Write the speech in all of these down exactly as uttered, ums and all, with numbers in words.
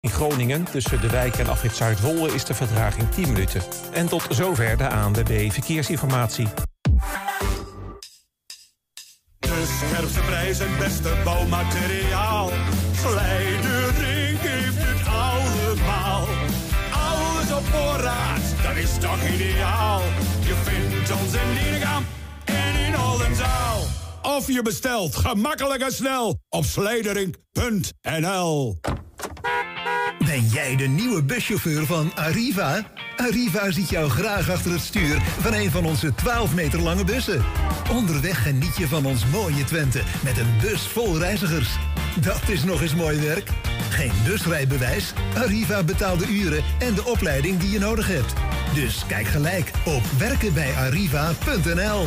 In Groningen, tussen de wijk en afrit Zuidwolde, is de vertraging tien minuten. En tot zover de A N W B Verkeersinformatie. De scherpste prijs en beste bouwmateriaal. Slijderink heeft het allemaal. Alles op voorraad, dat is toch ideaal. Je vindt ons in Dienegam en in Oldenzaal. Of je bestelt gemakkelijk en snel op slijdering punt n l. Ben jij de nieuwe buschauffeur van Arriva? Arriva ziet jou graag achter het stuur van een van onze twaalf meter lange bussen. Onderweg geniet je van ons mooie Twente met een bus vol reizigers. Dat is nog eens mooi werk. Geen busrijbewijs, Arriva betaalt de uren en de opleiding die je nodig hebt. Dus kijk gelijk op werken bij arriva punt n l.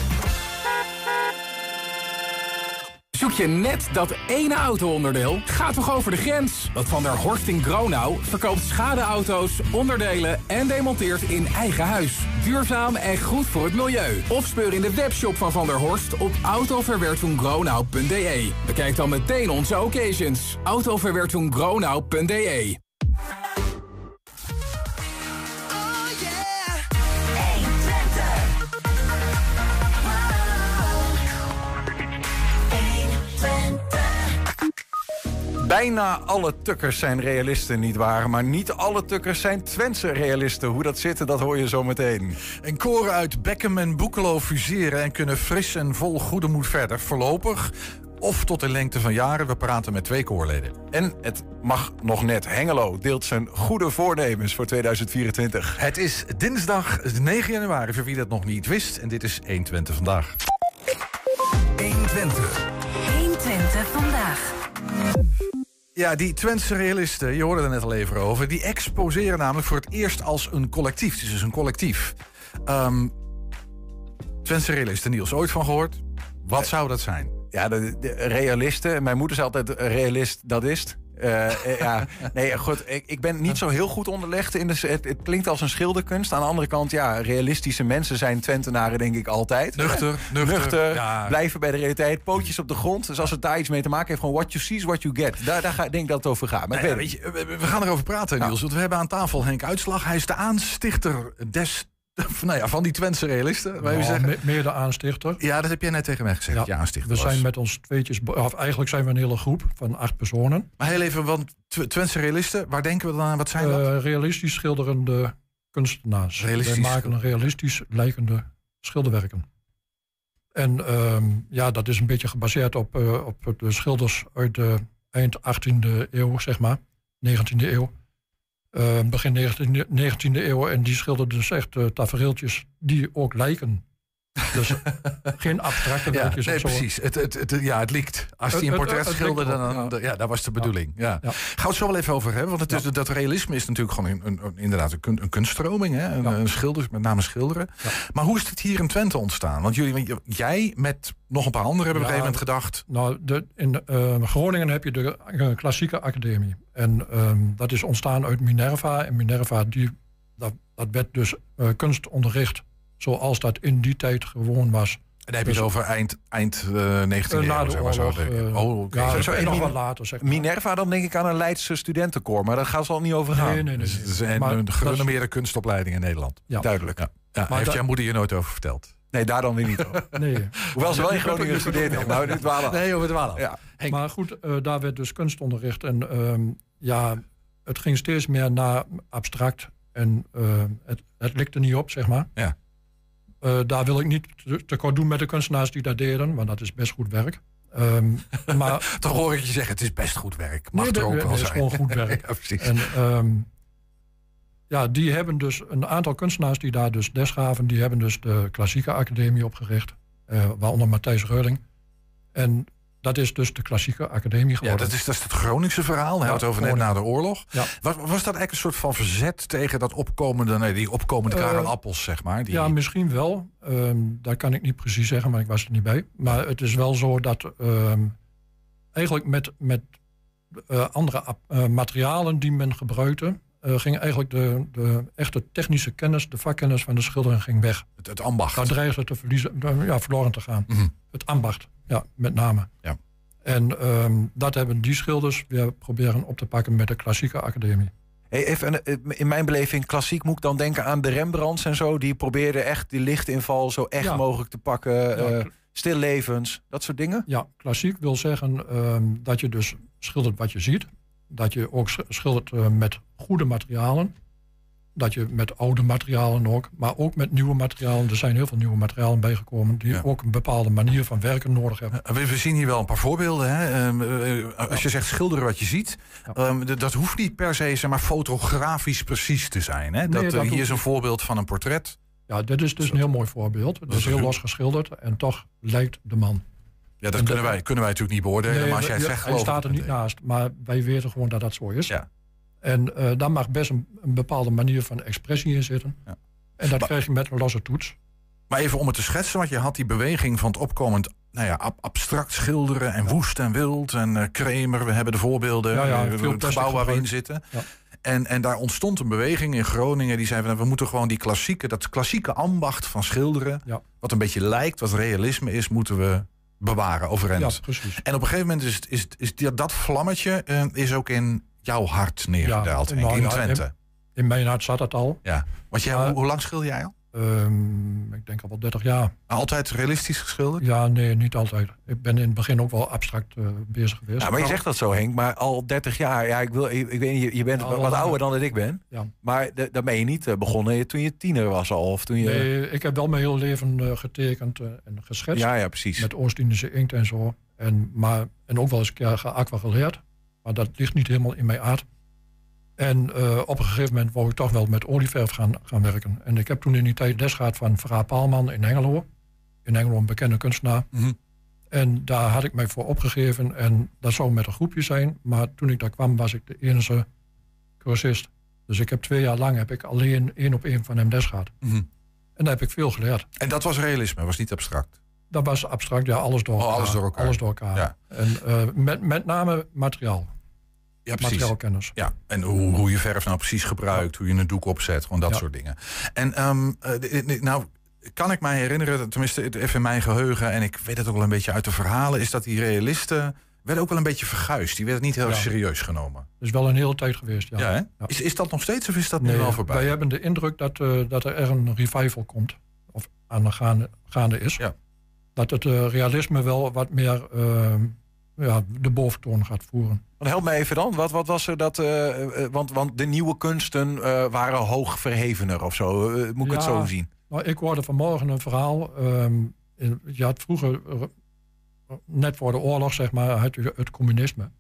Zoek je net dat ene auto-onderdeel? Ga toch over de grens? Want Van der Horst in Gronau verkoopt schadeauto's, onderdelen en demonteert in eigen huis. Duurzaam en goed voor het milieu. Of speur in de webshop van Van der Horst op autoverwertungsgronau punt d e. Bekijk dan meteen onze occasions. autoverwertungsgronau punt d e. Bijna alle tukkers zijn realisten, nietwaar? Maar niet alle tukkers zijn Twentse realisten. Hoe dat zit, dat hoor je zo meteen. En koren uit Beckum en Boekelo fuseren en kunnen fris en vol goede moed verder. Voorlopig of tot de lengte van jaren. We praten met twee koorleden. En het mag nog net. Hengelo deelt zijn goede voornemens voor tweeduizend vierentwintig. Het is dinsdag negen januari, voor wie dat nog niet wist. En dit is honderdtwintig vandaag. honderdtwintig. honderdtwintig vandaag. Ja, die Twentse realisten, je hoorde er net al even over... die exposeren namelijk voor het eerst als een collectief. Het is dus een collectief. Um, Twentse realisten, Niels, ooit van gehoord? Wat zou dat zijn? Ja, de, de realisten. Mijn moeder zei altijd realist, dat is. Uh, ja, nee, goed. Ik, ik ben niet zo heel goed onderlegd. In de, het, het klinkt als een schilderkunst. Aan de andere kant, ja, realistische mensen zijn Twentenaren denk ik altijd. Nuchter, nuchter. nuchter Ja. Blijven bij de realiteit, pootjes op de grond. Dus als het daar iets mee te maken heeft, gewoon what you see is what you get. Daar, daar ga, denk ik dat het over gaat. Maar Nou ik ja, weet weet je, we, we gaan erover praten, Niels. Ja. Want we hebben aan tafel Henk Uitslag. Hij is de aanstichter des... Nou ja, van die Twentse realisten. Nou, zeggen. Me, meer de aanstichter. Ja, dat heb jij net tegen mij gezegd. Ja, ja aanstichter we was. zijn met ons tweetjes... Of eigenlijk zijn we een hele groep van acht personen. Maar heel even, want Twentse realisten, waar denken we dan aan? Wat zijn dat? Uh, realistisch schilderende kunstenaars. Realistisch. Wij maken een realistisch lijkende schilderwerken. En um, ja, dat is een beetje gebaseerd op, uh, op de schilders uit de eind achttiende eeuw, zeg maar. negentiende eeuw. Uh, begin negentiende eeuw. En die schilderden dus echt uh, tafereeltjes die ook lijken. Dus geen abstracte ja, werkjes nee, of zo. precies. Het, het, het, ja, het liekt. Als hij een portret schilderde, dan, dan... Ja, dat was de bedoeling. Ja. Ja. Ja. Gaan we het zo wel even over hebben. Want het is, ja. dat realisme is natuurlijk gewoon een, een, een, inderdaad een, kun, een kunststroming. Hè? Een, ja. een schilder, met name schilderen. Ja. Maar hoe is het hier in Twente ontstaan? Want jullie, jij met nog een paar anderen hebben op ja, een gegeven moment gedacht... Nou, de, in uh, Groningen heb je de uh, klassieke academie. En um, dat is ontstaan uit Minerva. En Minerva, die, dat, dat werd dus uh, kunstonderricht... zoals dat in die tijd gewoon was. En dan heb je dus het over eind, eind uh, negentiende uh, eeuw. Na de zeg maar oorlog. Zo. Uh, oh, okay. ja, zo, zo, nog wat later. Zeg maar. Minerva, dan denk ik aan een Leidse studentenkoor. Maar daar gaat ze al niet over gaan. Nee, nee, nee. Dus nee. het is een, maar een gerenommeerde is... kunstopleiding in Nederland. Ja. Duidelijk. Ja. Ja, heeft da- jouw moeder je nooit over verteld? Nee, daar dan weer niet over. Nee. Hoewel ze wel in Groningen gestudeerd heeft. Nou, dit dwalen. Nee, over dwalen. Ja. Maar goed, uh, daar werd dus kunstonderricht. En um, ja, het ging steeds meer naar abstract. En uh, het, het likte niet op, zeg maar. Ja. Uh, daar wil ik niet tekort doen met de kunstenaars die dat deden, want dat is best goed werk. Um, maar, Toch hoor ik je zeggen, het is best goed werk. Mag nee, er ook dat, wel dat zijn. is gewoon goed werk. Ja, precies. En um, ja, die hebben dus een aantal kunstenaars die daar dus les gaven, die hebben dus de klassieke academie opgericht, uh, waaronder Matthijs Reuling. En dat is dus de klassieke academie geworden. Ja, dat is, dat is het Groningse verhaal. Hij had het over net na de oorlog. Ja. Was, was dat eigenlijk een soort van verzet tegen dat opkomende, nee, die opkomende Karel uh, Appels, zeg maar? Die... Ja, misschien wel. Um, dat kan ik niet precies zeggen, maar ik was er niet bij. Maar het is wel zo dat um, eigenlijk met, met uh, andere uh, materialen die men gebruikte, uh, ging eigenlijk de, de echte technische kennis, de vakkennis van de schildering ging weg. Het, het ambacht. Daar dreigde te verliezen, ja, verloren te gaan. Mm-hmm. Het ambacht, ja, met name. Ja. En um, dat hebben die schilders weer proberen op te pakken met de klassieke academie. Hey, even, in mijn beleving, klassiek moet ik dan denken aan de Rembrandts en zo. Die probeerden echt die lichtinval zo echt ja. mogelijk te pakken. Ja, uh, stillevens, dat soort dingen? Ja, klassiek wil zeggen um, dat je dus schildert wat je ziet. Dat je ook schildert uh, met goede materialen. Dat je met oude materialen ook, maar ook met nieuwe materialen. Er zijn heel veel nieuwe materialen bijgekomen die ja. ook een bepaalde manier van werken nodig hebben. We, we zien hier wel een paar voorbeelden. Hè? Um, uh, als je zegt schilderen wat je ziet, ja. um, d- dat hoeft niet per se zeg maar, fotografisch precies te zijn. Hè? Dat, nee, dat uh, hier is een voorbeeld van een portret. Ja, dit is dus een heel mooi voorbeeld. Het is heel los geschilderd en toch lijkt de man. Ja, dat kunnen, de, wij, kunnen wij natuurlijk niet beoordelen, nee, maar als jij het zegt, hij staat er niet naast, maar wij weten gewoon dat dat zo is. Ja. En uh, daar mag best een, een bepaalde manier van expressie in zitten. Ja. En dat maar, krijg je met een losse toets. Maar even om het te schetsen, want je had die beweging van het opkomend nou ja, ab- abstract schilderen en ja. woest en wild en uh, Kremer. We hebben de voorbeelden, ja, ja, uh, het gebouw waar we in zitten. Ja. En, en daar ontstond een beweging in Groningen die zei van we moeten gewoon die klassieke, dat klassieke ambacht van schilderen, ja. wat een beetje lijkt, wat realisme is, moeten we bewaren overeind. Ja, precies. En op een gegeven moment is, is, is die, dat vlammetje uh, is ook in jouw hart neergedaald, ja, Henk, nou, in Twente. In, in mijn hart zat het al. Ja. Want jij, uh, hoe, hoe lang schilder jij al? Um, ik denk al wel dertig jaar. Altijd realistisch geschilderd? Ja, nee, niet altijd. Ik ben in het begin ook wel abstract uh, bezig geweest. Ja, maar je zegt dat zo, Henk, maar al dertig jaar. Ja, ik wil, ik, ik weet niet, je bent ja, wat ouder dan dat ik ben. Ja. Maar de, dan ben je niet uh, begonnen toen je tiener was al? Of toen je... Nee, ik heb wel mijn hele leven uh, getekend uh, en geschetst. Ja, ja, precies. Met Oost-Indische inkt en zo. En, maar, en ook wel eens een keer geaquarelleerd. Maar dat ligt niet helemaal in mijn aard. En uh, op een gegeven moment wou ik toch wel met olieverf gaan, gaan werken. En ik heb toen in die tijd les gehad van Vera Paalman in Hengelo. In Hengelo een bekende kunstenaar. Mm-hmm. En daar had ik mij voor opgegeven. En dat zou met een groepje zijn. Maar toen ik daar kwam was ik de enige cursist. Dus ik heb twee jaar lang heb ik alleen één op één van hem les gehad. Mm-hmm. En daar heb ik veel geleerd. En dat was realisme, was niet abstract? Dat was abstract, ja, alles door elkaar. Oh, alles door elkaar. Alles door elkaar. Ja. En uh, met, met name materiaal. Ja, precies. Materiaalkennis. Ja, en hoe, hoe je verf nou precies gebruikt, hoe je een doek opzet, gewoon dat ja. soort dingen. En um, uh, nou kan ik mij herinneren, tenminste even in mijn geheugen, en ik weet het ook wel een beetje uit de verhalen, is dat die realisten werden ook wel een beetje verguisd. Die werden niet heel ja. serieus genomen. Dat is wel een hele tijd geweest, ja. ja, hè? ja. Is, is dat nog steeds of is dat nee, nu al voorbij? Wij hebben de indruk dat, uh, dat er echt een revival komt. Of aan de gaande, gaande is. Ja. Dat het uh, realisme wel wat meer uh, ja, de boventoon gaat voeren. Help me even dan. Wat, wat was er dat... Uh, want, want de nieuwe kunsten uh, waren hoog verhevener of zo. Uh, moet ik ja, het zo zien? Nou, ik hoorde vanmorgen een verhaal. Um, in, je had vroeger, uh, net voor de oorlog, zeg maar, had je het communisme.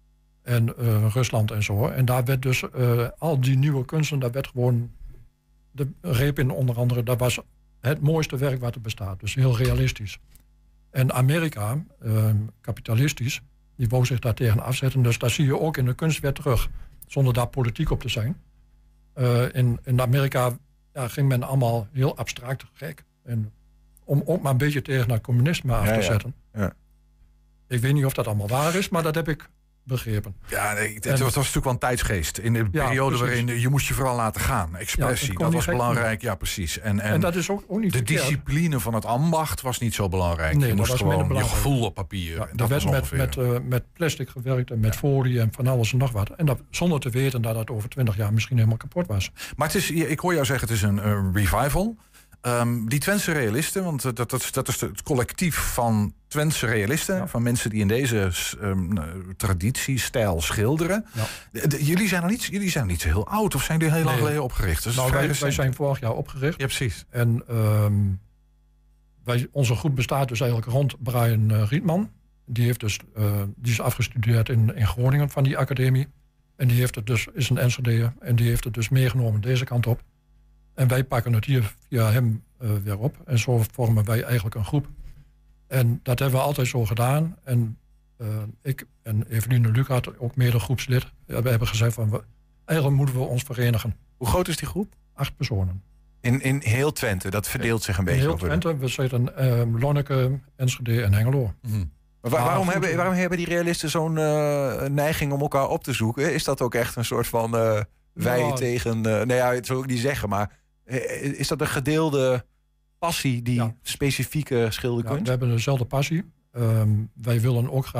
En uh, Rusland en zo. En daar werd dus uh, al die nieuwe kunsten, daar werd gewoon... De Repin onder andere, dat was het mooiste werk wat er bestaat. Dus heel realistisch. En Amerika, uh, kapitalistisch, die wou zich daar tegen afzetten. Dus dat zie je ook in de kunst weer terug. Zonder daar politiek op te zijn. Uh, in, in Amerika ja, ging men allemaal heel abstract gek. En om ook maar een beetje tegen het communisme af te ja, zetten. Ja. Ja. Ik weet niet of dat allemaal waar is, maar dat heb ik begrepen. Ja, nee, het, en, het was natuurlijk wel een tijdsgeest. In de ja, periode precies. waarin je moest je vooral laten gaan. Expressie, ja, dat was belangrijk. Doen. Ja, precies. En, en, en dat is ook, ook niet de verkeerd. Discipline van het ambacht was niet zo belangrijk. Nee, je moest was gewoon je gevoel op papier. Ja, er werd met, met, uh, met plastic gewerkt en met ja. folie en van alles en nog wat. En dat, zonder te weten dat het over twintig jaar misschien helemaal kapot was. Maar het is, ik hoor jou zeggen, het is een uh, revival. Um, die Twentse realisten, want dat, dat, dat is het collectief van Twentse realisten, ja. van mensen die in deze um, traditiestijl schilderen. Ja. De, de, jullie, zijn nog niet, jullie zijn nog niet zo heel oud, of zijn jullie heel nee. lang geleden opgericht? Dus nou, wij, wij zijn vorig jaar opgericht. Ja, precies. En um, wij, onze groep bestaat dus eigenlijk rond Brian uh, Rietman. Die, heeft dus, uh, die is afgestudeerd in, in Groningen van die academie. En die heeft het dus, is een Enschedeër, en die heeft het dus meegenomen deze kant op. En wij pakken het hier via hem uh, weer op. En zo vormen wij eigenlijk een groep. En dat hebben we altijd zo gedaan. En uh, ik en Eveline Lucas, ook medegroepslid, ja, we hebben gezegd van, we, eigenlijk moeten we ons verenigen. Hoe groot is die groep? Acht personen. In, in heel Twente, dat verdeelt zich een beetje in heel over Twente, de... we zitten uh, Lonneke, Enschede en Hengelo. Mm-hmm. Maar waar, waarom, hebben, waarom hebben die realisten zo'n uh, neiging om elkaar op te zoeken? Is dat ook echt een soort van uh, wij ja. tegen... Uh, nee, ja, dat zou ik niet zeggen, maar... Is dat een gedeelde passie, die ja. specifieke schilderkunst? Ja, we hebben dezelfde passie. Um, wij willen ook graag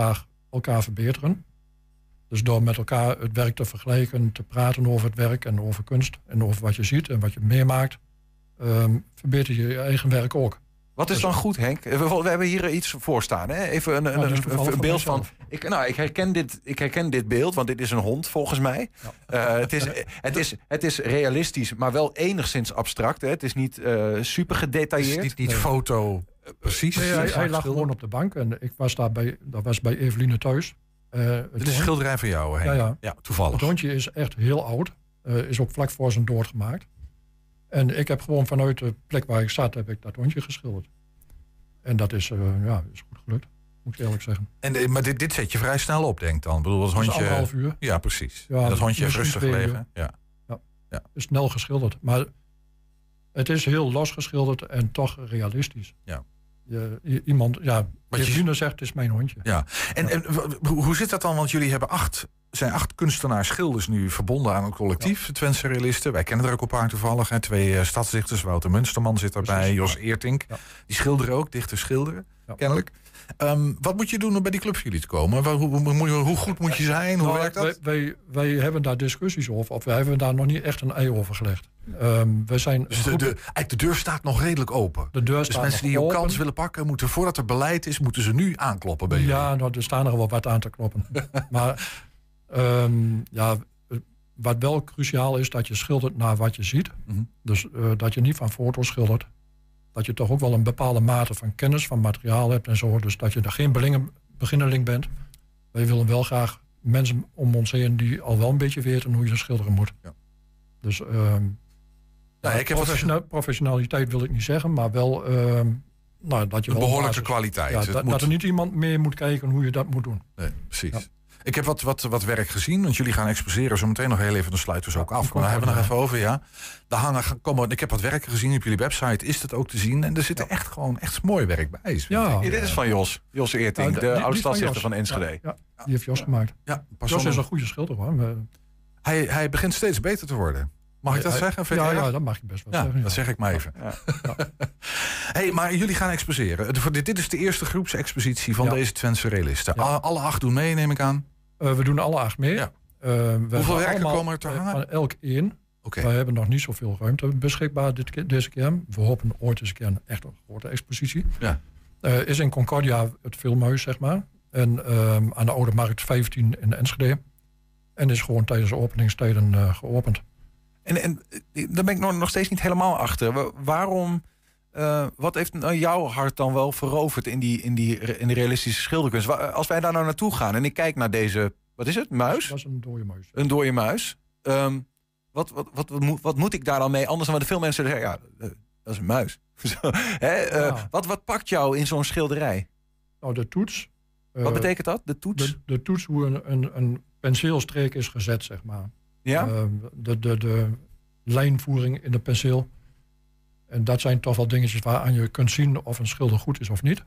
elkaar verbeteren. Dus door met elkaar het werk te vergelijken, te praten over het werk en over kunst en over wat je ziet en wat je meemaakt, um, verbeter je je eigen werk ook. Wat is dan goed, Henk? We, we hebben hier iets voor staan. Hè? Even een, een, Nou, een, een, een beeld van... van Ik, nou, ik, herken dit, ik herken dit beeld, want dit is een hond volgens mij. Ja. Uh, het, is, het, is, het is realistisch, maar wel enigszins abstract. Hè? Het is niet uh, super gedetailleerd. Het is niet, niet nee. foto, uh, precies. Nee, hij, hij lag gewoon op de bank en ik was daar bij, dat was bij Eveline thuis. Uh, Dit is een schilderij van jou, Henk? Ja, ja. ja, toevallig. Het hondje is echt heel oud. Uh, is ook vlak voor zijn dood gemaakt. En ik heb gewoon vanuit de plek waar ik zat, heb ik dat hondje geschilderd. En dat is, uh, ja, is goed gelukt, moet ik eerlijk zeggen. En, maar dit, dit zet je vrij snel op, denk ik dan? Ik bedoel, dat hondje... Dat is anderhalf uur. Ja, precies. Ja, en dat hondje heeft rustig gelegen. Ja. Ja. Ja, is snel geschilderd. Maar het is heel los geschilderd en toch realistisch. Ja. Je, iemand, ja, Eveline zegt, het is mijn hondje. Ja. En, en hoe zit dat dan? Want jullie hebben acht, zijn acht kunstenaars, schilders nu verbonden aan het collectief, ja. de Twentse realisten. Wij kennen er ook een paar toevallig. Hè. Twee uh, stadsdichters, Wouter Munsterman zit erbij, Precies, Jos ja. Eertink. Ja. Die schilderen ook, dichters schilderen, ja. kennelijk. Um, wat moet je doen om bij die club voor jullie te komen? Hoe, hoe, hoe, hoe goed moet je zijn? Hoe nou, werkt dat? Wij, wij, wij hebben daar discussies over. Of wij hebben daar nog niet echt een ei over gelegd. Um, wij zijn dus de, de, eigenlijk de deur staat nog redelijk open. De deur dus staat mensen die jouw open. kans willen pakken, moeten voordat er beleid is, moeten ze nu aankloppen bij jullie. Ja, nou, er staan er wel wat aan te kloppen. maar um, ja, wat wel cruciaal is, dat je schildert naar wat je ziet. Mm-hmm. Dus uh, dat je niet van foto's schildert. Dat je toch ook wel een bepaalde mate van kennis, van materiaal hebt en zo. Dus dat je er geen belingen, beginneling bent. Wij willen wel graag mensen om ons heen die al wel een beetje weten hoe je schilderen moet. Ja. Dus um, ja, ik heb professiona- professionaliteit wil ik niet zeggen, maar wel um, nou, dat je een wel behoorlijke basis, kwaliteit. Ja, Het dat, moet... dat er niet iemand mee moet kijken hoe je dat moet doen. Nee, precies. Ja. Ik heb wat, wat, wat werk gezien, want jullie gaan exposeren. Zo meteen nog heel even, dan sluiten we ze ook af. Maar daar hebben we nog even over, ja. Daar hangen, komen, ik heb wat werk gezien op jullie website. Is het ook te zien? En er zit er echt gewoon echt mooi werk bij. Ja, ja, dit is van Jos. Jos Eertink, ja, de, de oud-stadsdichter van, van Enschede. Ja, ja, die heeft Jos gemaakt. Ja, Jos is een goede schilder, hoor. Hij, hij begint steeds beter te worden. Mag ik dat hij, zeggen? Ja, ja, dat mag je best wel ja, zeggen. Ja. Dat zeg ik maar even. Ja. Ja. Hey, maar jullie gaan exposeren. Dit is de eerste groepsexpositie van ja. deze Twentse realisten. Ja. Alle acht doen mee, neem ik aan. Uh, we doen alle acht mee. Ja. Uh, we Hoeveel werken komen er te hangen? Van elk één. Okay. We hebben nog niet zoveel ruimte beschikbaar dit, deze keer. We hopen ooit eens een keer een echt een grote expositie. Ja. Uh, is in Concordia het filmhuis, zeg maar. En uh, aan de Oude Markt vijftien in Enschede. En is gewoon tijdens de openingstijden uh, geopend. En, en daar ben ik nog, nog steeds niet helemaal achter. Waarom, uh, wat heeft nou jouw hart dan wel veroverd in die, in die, in die realistische schilderkunst? Als wij daar nou naartoe gaan en ik kijk naar deze, wat is het, muis? Dat is een dode muis. Een dode muis. Um, wat, wat, wat, wat, moet, wat moet ik daar dan mee? Anders dan wat veel mensen zeggen, ja, dat is een muis. Hè? Uh, ja. wat, wat pakt jou in zo'n schilderij? Nou, de toets. Uh, wat betekent dat, de toets? De, de toets, hoe een, een, een penseelstreek is gezet, zeg maar. Ja? Uh, de, de, de lijnvoering in de penseel. En dat zijn toch wel dingetjes waaraan je kunt zien of een schilder goed is of niet.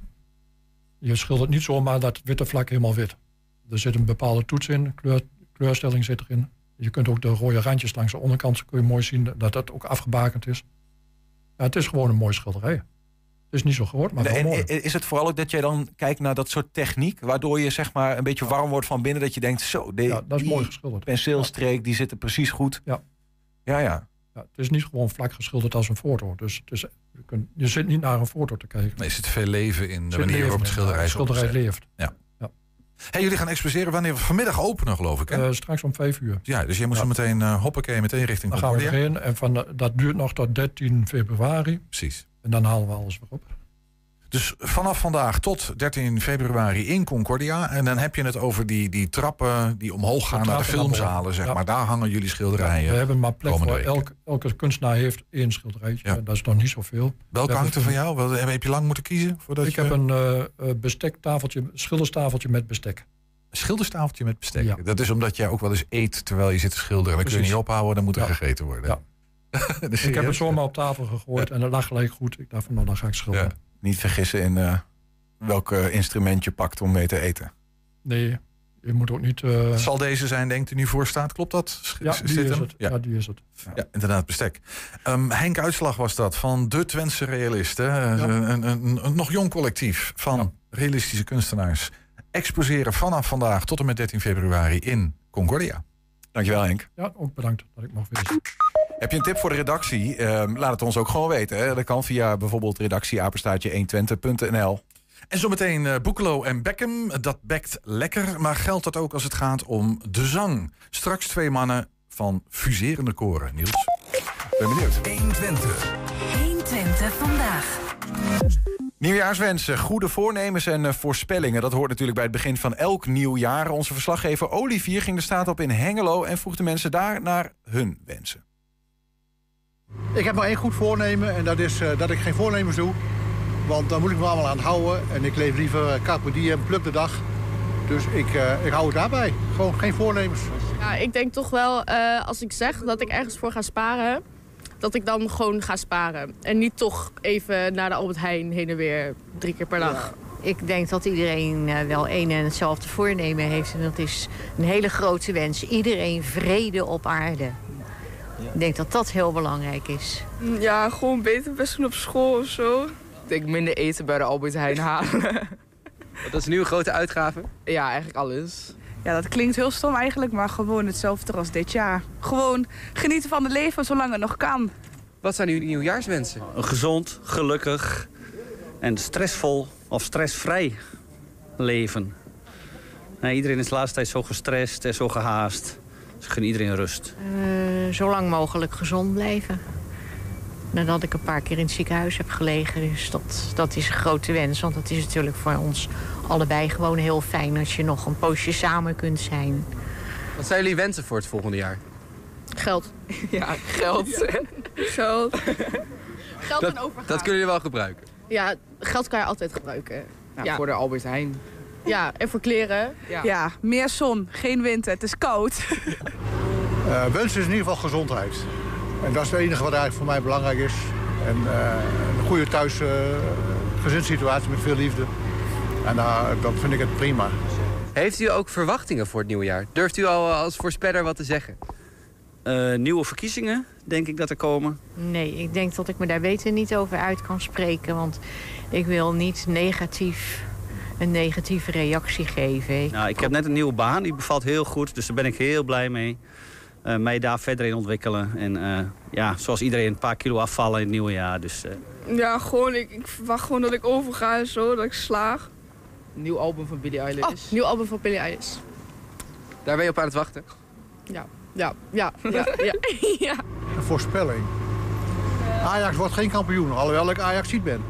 Je schildert niet zomaar dat witte vlak helemaal wit. Er zit een bepaalde toets in, kleur, kleurstelling zit erin. Je kunt ook de rode randjes langs de onderkant kun je mooi zien dat dat ook afgebakend is. Ja, het is gewoon een mooie schilderij. Het is niet zo groot, maar wel en, mooi. Is het vooral ook dat jij dan kijkt naar dat soort techniek, waardoor je zeg maar een beetje warm wordt van binnen, dat je denkt, zo, de, ja, dat is die mooi geschilderd. Penseelstreek, ja. Die zitten precies goed. Ja. Ja, ja. Ja, het is niet gewoon vlak geschilderd als een foto. Dus het is, je, kunt, je zit niet naar een foto te kijken. Nee, er zit veel leven in de manier waarop het schilderij is. schilderij leeft. Ja. Ja. Hey, jullie gaan exposeren wanneer we vanmiddag openen, geloof ik, hè? Uh, straks om vijf uur. Ja, dus jij moet ja. zo meteen uh, hoppakee, meteen richting Dan Concordia. gaan we erheen en van, dat duurt nog tot dertien februari. Precies. En dan halen we alles weer op. Dus vanaf vandaag tot dertien februari in Concordia. En dan heb je het over die, die trappen die omhoog gaan de naar de filmzalen, zeg ja. maar. Daar hangen jullie schilderijen. Ja, we hebben maar plek voor. Elk, elke kunstenaar heeft één schilderijtje. Ja. Dat is nog niet zoveel. Welke hangt er van jou? Wel, heb je lang moeten kiezen? Voordat ik je... heb een uh, bestektafeltje, schilderstafeltje met bestek. Een schilderstafeltje met bestek? Ja. Dat is omdat jij ook wel eens eet terwijl je zit te schilderen. Dan kun je niet ophouden, dan moet er ja. gegeten worden. Ja. dus ik heb het zomaar op tafel gegooid en dat lag gelijk goed. Ik dacht van, nou, dan ga ik schilderen. Ja. Niet vergissen in uh, welk uh, instrument je pakt om mee te eten. Nee, je moet ook niet... Uh... Zal deze zijn, denkt u nu voor staat? Klopt dat? Sch- ja, die is het. Ja. ja, die is het. Ja, ja inderdaad, bestek. Um, Henk Uitslag was dat, van de Twentse realisten. Ja. Een, een, een, een nog jong collectief van ja. realistische kunstenaars. exposeren vanaf vandaag tot en met dertien februari in Concordia. Dankjewel, Henk. Ja, ook bedankt dat ik mag wezen. Heb je een tip voor de redactie? Uh, laat het ons ook gewoon weten. Hè? Dat kan via bijvoorbeeld redactie apenstaartje honderdtwintig punt n l. En zometeen uh, Boekelo en Beckham. Dat bekt lekker, maar geldt dat ook als het gaat om de zang? Straks twee mannen van fuserende koren. Niels? Ben benieuwd. honderdtwintig. honderdtwintig vandaag. Nieuwjaarswensen, goede voornemens en uh, voorspellingen. Dat hoort natuurlijk bij het begin van elk nieuw jaar. Onze verslaggever Olivier ging de straat op in Hengelo en vroeg de mensen daar naar hun wensen. Ik heb maar één goed voornemen en dat is uh, dat ik geen voornemens doe. Want dan moet ik me allemaal aan houden. En ik leef liever uh, carpe diem, pluk de dag. Dus ik, uh, ik hou het daarbij. Gewoon geen voornemens. Ja, ik denk toch wel, uh, als ik zeg dat ik ergens voor ga sparen, dat ik dan gewoon ga sparen. En niet toch even naar de Albert Heijn heen en weer drie keer per dag. Ja. Ik denk dat iedereen uh, wel één en hetzelfde voornemen heeft. En dat is een hele grote wens. Iedereen vrede op aarde. Ja. Ik denk dat dat heel belangrijk is. Ja, gewoon beter best doen op school of zo. Ik denk minder eten bij de Albert Heijn halen. Dat is nu een grote uitgave? Ja, eigenlijk alles. Ja, dat klinkt heel stom eigenlijk, maar gewoon hetzelfde als dit jaar. Gewoon genieten van het leven zolang het nog kan. Wat zijn uw nieuwjaarswensen? Een gezond, gelukkig en stressvol of stressvrij leven. Nee, iedereen is de laatste tijd zo gestrest en zo gehaast. Dus ik gun iedereen rust. Uh, zo lang mogelijk gezond blijven. Nadat ik een paar keer in het ziekenhuis heb gelegen. Dus dat, dat is een grote wens. Want het is natuurlijk voor ons allebei gewoon heel fijn als je nog een poosje samen kunt zijn. Wat zijn jullie wensen voor het volgende jaar? Geld. Ja, geld. Ja. Geld. Geld dat, en overgaan. Dat kunnen jullie wel gebruiken? Ja, geld kan je altijd gebruiken. Ja, ja. Voor de Albert Heijn. Ja, en voor kleren. Ja, ja, meer zon, geen winter, het is koud. Uh, wens is in ieder geval gezondheid. En dat is het enige wat eigenlijk voor mij belangrijk is. En uh, een goede thuis uh, gezinssituatie met veel liefde. En uh, dan vind ik het prima. Heeft u ook verwachtingen voor het nieuwe jaar? Durft u al als voorspeller wat te zeggen? Uh, nieuwe verkiezingen, denk ik dat er komen. Nee, ik denk dat ik me daar beter niet over uit kan spreken. Want ik wil niet negatief, een negatieve reactie geven. Nou, ik heb net een nieuwe baan, die bevalt heel goed. Dus daar ben ik heel blij mee. Uh, mij daar verder in ontwikkelen. En uh, ja, zoals iedereen een paar kilo afvallen in het nieuwe jaar. Dus, uh... Ja, gewoon, ik, ik verwacht gewoon dat ik overga en zo, dat ik slaag. Nieuw album van Billie Eilish. Oh, nieuw album van Billie Eilish. Daar ben je op aan het wachten? Ja, ja, ja, ja, ja. ja. Een voorspelling. Ajax wordt geen kampioen, alhoewel ik Ajaxiet ben.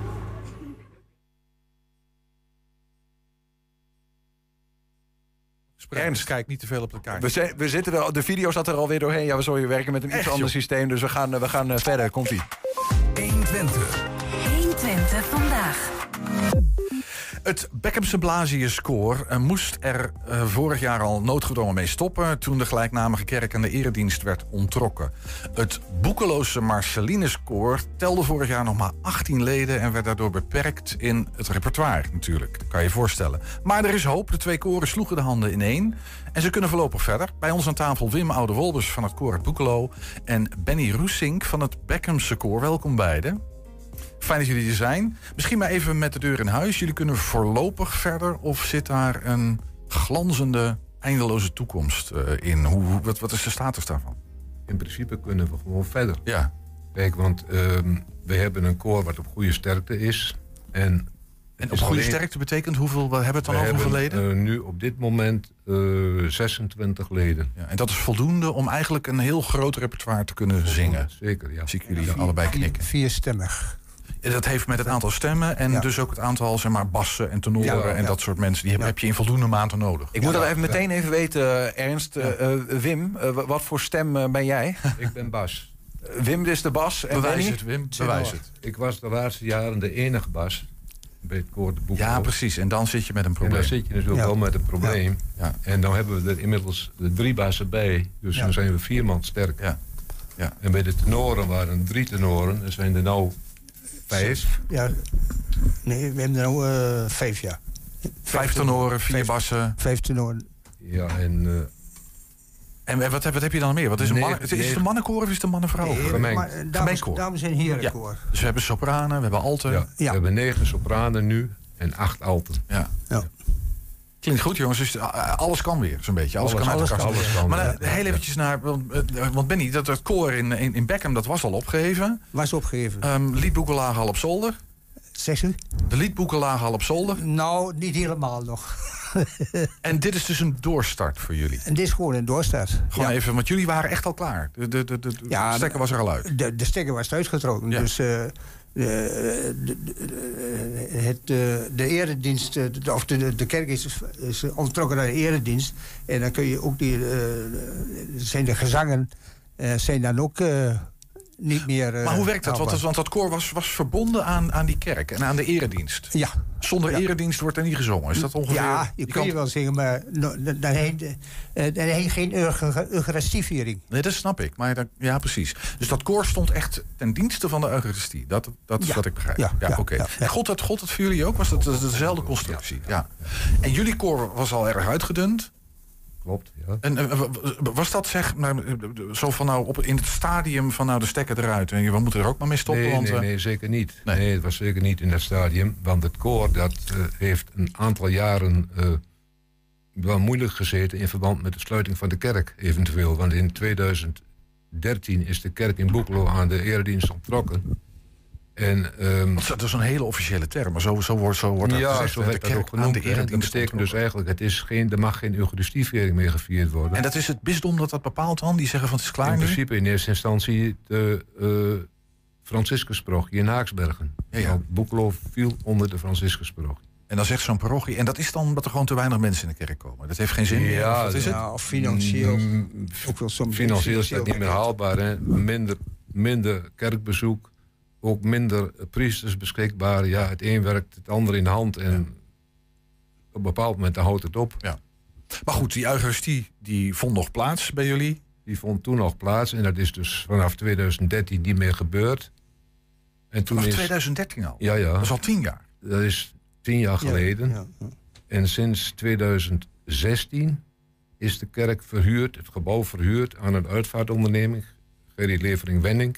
Ernst, kijk niet te veel op de kaart. We, zijn, we zitten er, de video zat er alweer doorheen. Ja, we zullen werken met een iets ander systeem. Dus we gaan, we gaan uh, verder. Komt-ie. honderdtwintig. honderdtwintig vandaag. Het Beckhamse Blasius-koor uh, moest er uh, vorig jaar al noodgedwongen mee stoppen toen de gelijknamige kerk aan de eredienst werd onttrokken. Het Boekeloze Marcelinus-koor telde vorig jaar nog maar achttien leden en werd daardoor beperkt in het repertoire natuurlijk. Dat kan je je voorstellen. Maar er is hoop. De twee koren sloegen de handen ineen en ze kunnen voorlopig verder. Bij ons aan tafel Wim Oude-Wolbers van het koor Het Boekelo en Benny Roesink van het Beckhamse koor. Welkom beiden. Fijn dat jullie er zijn. Misschien maar even met de deur in huis. Jullie kunnen voorlopig verder of zit daar een glanzende, eindeloze toekomst uh, in? Hoe, hoe, wat, wat is de status daarvan? In principe kunnen we gewoon verder. Ja. Kijk, want uh, we hebben een koor wat op goede sterkte is. En, en op goede alleen... sterkte betekent hoeveel, we hebben het dan we over hoeveel leden? Uh, nu op dit moment uh, zesentwintig leden. Ja, en dat is voldoende om eigenlijk een heel groot repertoire te kunnen zingen? Zeker, ja. Zie ik jullie ja, vier, allebei knikken. Vierstemmig. Dat heeft met het aantal stemmen en ja. dus ook het aantal zeg maar, bassen en tenoren ja, ja. en dat soort mensen. Die heb, ja. heb je in voldoende mate nodig. Ik moet ja, dat even meteen even weten, Ernst. Ja. Uh, Wim, uh, wat voor stem uh, ben jij? Ik ben bas. Wim is de bas. En Bewijs Benny? het, Wim. Bewijs het. Ik was de laatste jaren de enige bas bij het koor De Boekelo. Ja, precies. En dan zit je met een probleem. En dan zit je natuurlijk ja. wel met een probleem. Ja. Ja. En dan hebben we er inmiddels de drie bassen bij. Dus ja. dan zijn we vier man sterk. Ja. Ja. En bij de tenoren waren drie tenoren. Er zijn er nou vijf. Ja. Nee, we hebben er nou uh, vijf, ja. Vijf, vijf tenoren, vier vijf, bassen. Vijf tenoren. Ja, en... Uh, en wat, wat heb je dan meer? Wat is, een man, is het een mannenkoor of is het een mannenvrouw? Nee, Gemengd. Dames, dames en herenkoor. Ja. Dus we hebben sopranen, we hebben alten. Ja. Ja. We hebben negen sopranen nu en acht alten. Ja. Ja. Klinkt goed, jongens. Dus uh, alles kan weer, zo'n beetje. Alles, Alles- kan uit alles elkaar. kan weer. Maar uh, Ja, heel ja. eventjes naar... Want, uh, want Benny, dat, dat koor in, in, in Beckham, dat was al opgegeven. Was opgegeven. Um, liedboeken lagen al op zolder. Zegt u? De liedboeken lagen al op zolder. Nou, niet helemaal nog. En dit is dus een doorstart voor jullie. En dit is gewoon een doorstart. Gewoon Ja. even, want jullie waren echt al klaar. De, de, de, de, de stekker was er al uit. De, de stekker was uitgetrokken. Ja. Dus uh, de, de, de, het, de, de eredienst, de, of de, de kerk is, is onttrokken naar de eredienst. En dan kun je ook die, uh, zijn de gezangen uh, zijn dan ook uh, niet meer... Uh, Maar hoe werkt dat? Want, haalbaar. want dat koor was, was verbonden aan, aan die kerk en aan de eredienst. Ja. Zonder Ja. eredienst wordt er niet gezongen. Is dat ongeveer... Ja, je, kun je wel zeggen, maar no, dan heet uh, dan heet geen eucharistieviering. Nee, dat snap ik. Maar dat, ja, precies. Dus dat koor stond echt ten dienste van de Eucharistie. Dat, dat is Ja. wat ik begrijp. Ja, Ja, ja, oké. ja, En God dat, God dat voor jullie ook? Was dat, dat dezelfde constructie? Ja. En jullie koor was al erg uitgedund. Klopt, ja. En uh, was dat zeg, nou, zo van nou op in het stadium van nou de stekker eruit en we moeten er ook maar mee stoppen? Nee, want, nee, uh, nee, zeker niet. Nee. nee, het was zeker niet in dat stadium. Want het koor dat uh, heeft een aantal jaren uh, wel moeilijk gezeten in verband met de sluiting van de kerk eventueel. Want in tweeduizend dertien is de kerk in Boekelo aan de eredienst onttrokken. En, um, dat is een hele officiële term, maar zo, zo wordt, zo wordt dat ja, gezegd. zo hè, werd de dat kerk ook genoemd. aan de hè. Dat eredienst betekent dus eigenlijk, het is geen, er mag geen Eucharistieviering meer gevierd worden. En dat is het bisdom dat dat bepaalt dan? Die zeggen van het is klaar in nu? principe in eerste instantie de uh, Franciscusparochie in Haaksbergen. Ja, ja. Want Boekelo viel onder de Franciscusparochie. En dan zegt zo'n parochie, en dat is dan omdat er gewoon te weinig mensen in de kerk komen. Dat heeft geen zin meer. Ja, Of wat is het? Ja, of financieel. Mm, ook wel soms financieel is dat niet meer haalbaar. Hè? Minder, minder kerkbezoek, ook minder priesters beschikbaar. Ja, het een werkt het ander in de hand en ja. op een bepaald moment dan houdt het op. Ja. Maar goed, die Eucharistie die vond nog plaats bij jullie? Die vond toen nog plaats en dat is dus vanaf tweeduizend dertien niet meer gebeurd. En toen vanaf is, tweeduizend dertien al? Ja, ja. Dat is al tien jaar? Dat is tien jaar geleden. Ja, ja, ja. En sinds tweeduizend zestien is de kerk verhuurd, het gebouw verhuurd aan een uitvaartonderneming, Gerry Levering Wenning.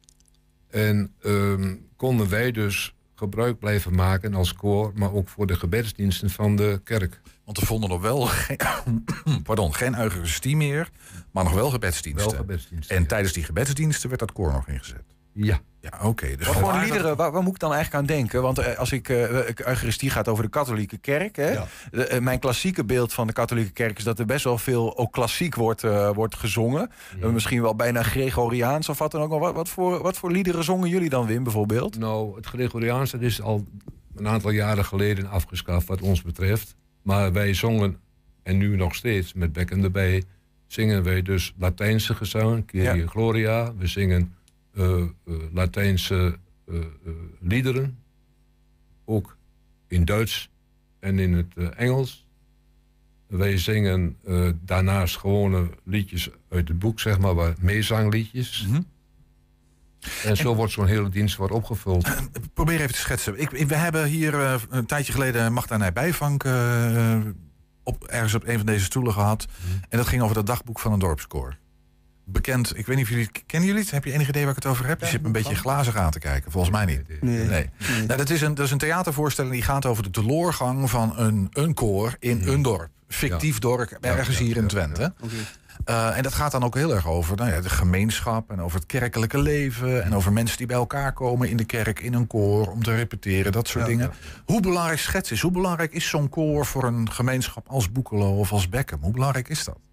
En um, konden wij dus gebruik blijven maken als koor, maar ook voor de gebedsdiensten van de kerk. Want er vonden nog wel geen, pardon, geen Eucharistie meer, maar nog wel gebedsdiensten. Wel gebedsdiensten. En tijdens die gebedsdiensten werd dat koor nog ingezet? Ja. Ja, oké. Okay, dus wat voor liederen, waar, waar moet ik dan eigenlijk aan denken? Want uh, als ik, uh, Eucharistie gaat over de katholieke kerk. Hè? Ja. De, uh, mijn klassieke beeld van de katholieke kerk is dat er best wel veel ook klassiek wordt, uh, wordt gezongen. Ja. Uh, misschien wel bijna Gregoriaans of wat dan ook. Wat, wat, voor, wat voor liederen zongen jullie dan, Wim, bijvoorbeeld? Nou, het Gregoriaans dat is al een aantal jaren geleden afgeschaft wat ons betreft. Maar wij zongen, en nu nog steeds met Beckham erbij, zingen wij dus Latijnse gezang, Kyrie ja. Gloria. We zingen Uh, uh, Latijnse uh, uh, liederen, ook in Duits en in het uh, Engels. Wij zingen uh, daarnaast gewone liedjes uit het boek, zeg maar, waar meezangliedjes. Mm-hmm. En, en zo wordt zo'n hele dienst wordt opgevuld. Uh, probeer even te schetsen. Ik, we hebben hier uh, een tijdje geleden Magda Nijbijvank uh, op, ergens op een van deze stoelen gehad. Mm-hmm. En dat ging over het dagboek van een dorpskoor. Bekend, ik weet niet of jullie kennen jullie het? Heb je enig idee waar ik het over heb? Je zit me een beetje glazig aan te kijken. Volgens mij niet. Nee. nee. nee. Nou, dat, is een, dat is een theatervoorstelling die gaat over de teloorgang van een, een koor in mm. een dorp. Fictief ja. dorp, ergens ja, ja, hier in Twente. Ja, ja. Okay. Uh, en dat gaat dan ook heel erg over nou ja, de gemeenschap en over het kerkelijke leven. En over mensen die bij elkaar komen in de kerk, in een koor, om te repeteren, dat soort ja, dingen. Ja. Hoe belangrijk schets is, hoe belangrijk is zo'n koor voor een gemeenschap als Boekelo of als Beckham? Hoe belangrijk is dat?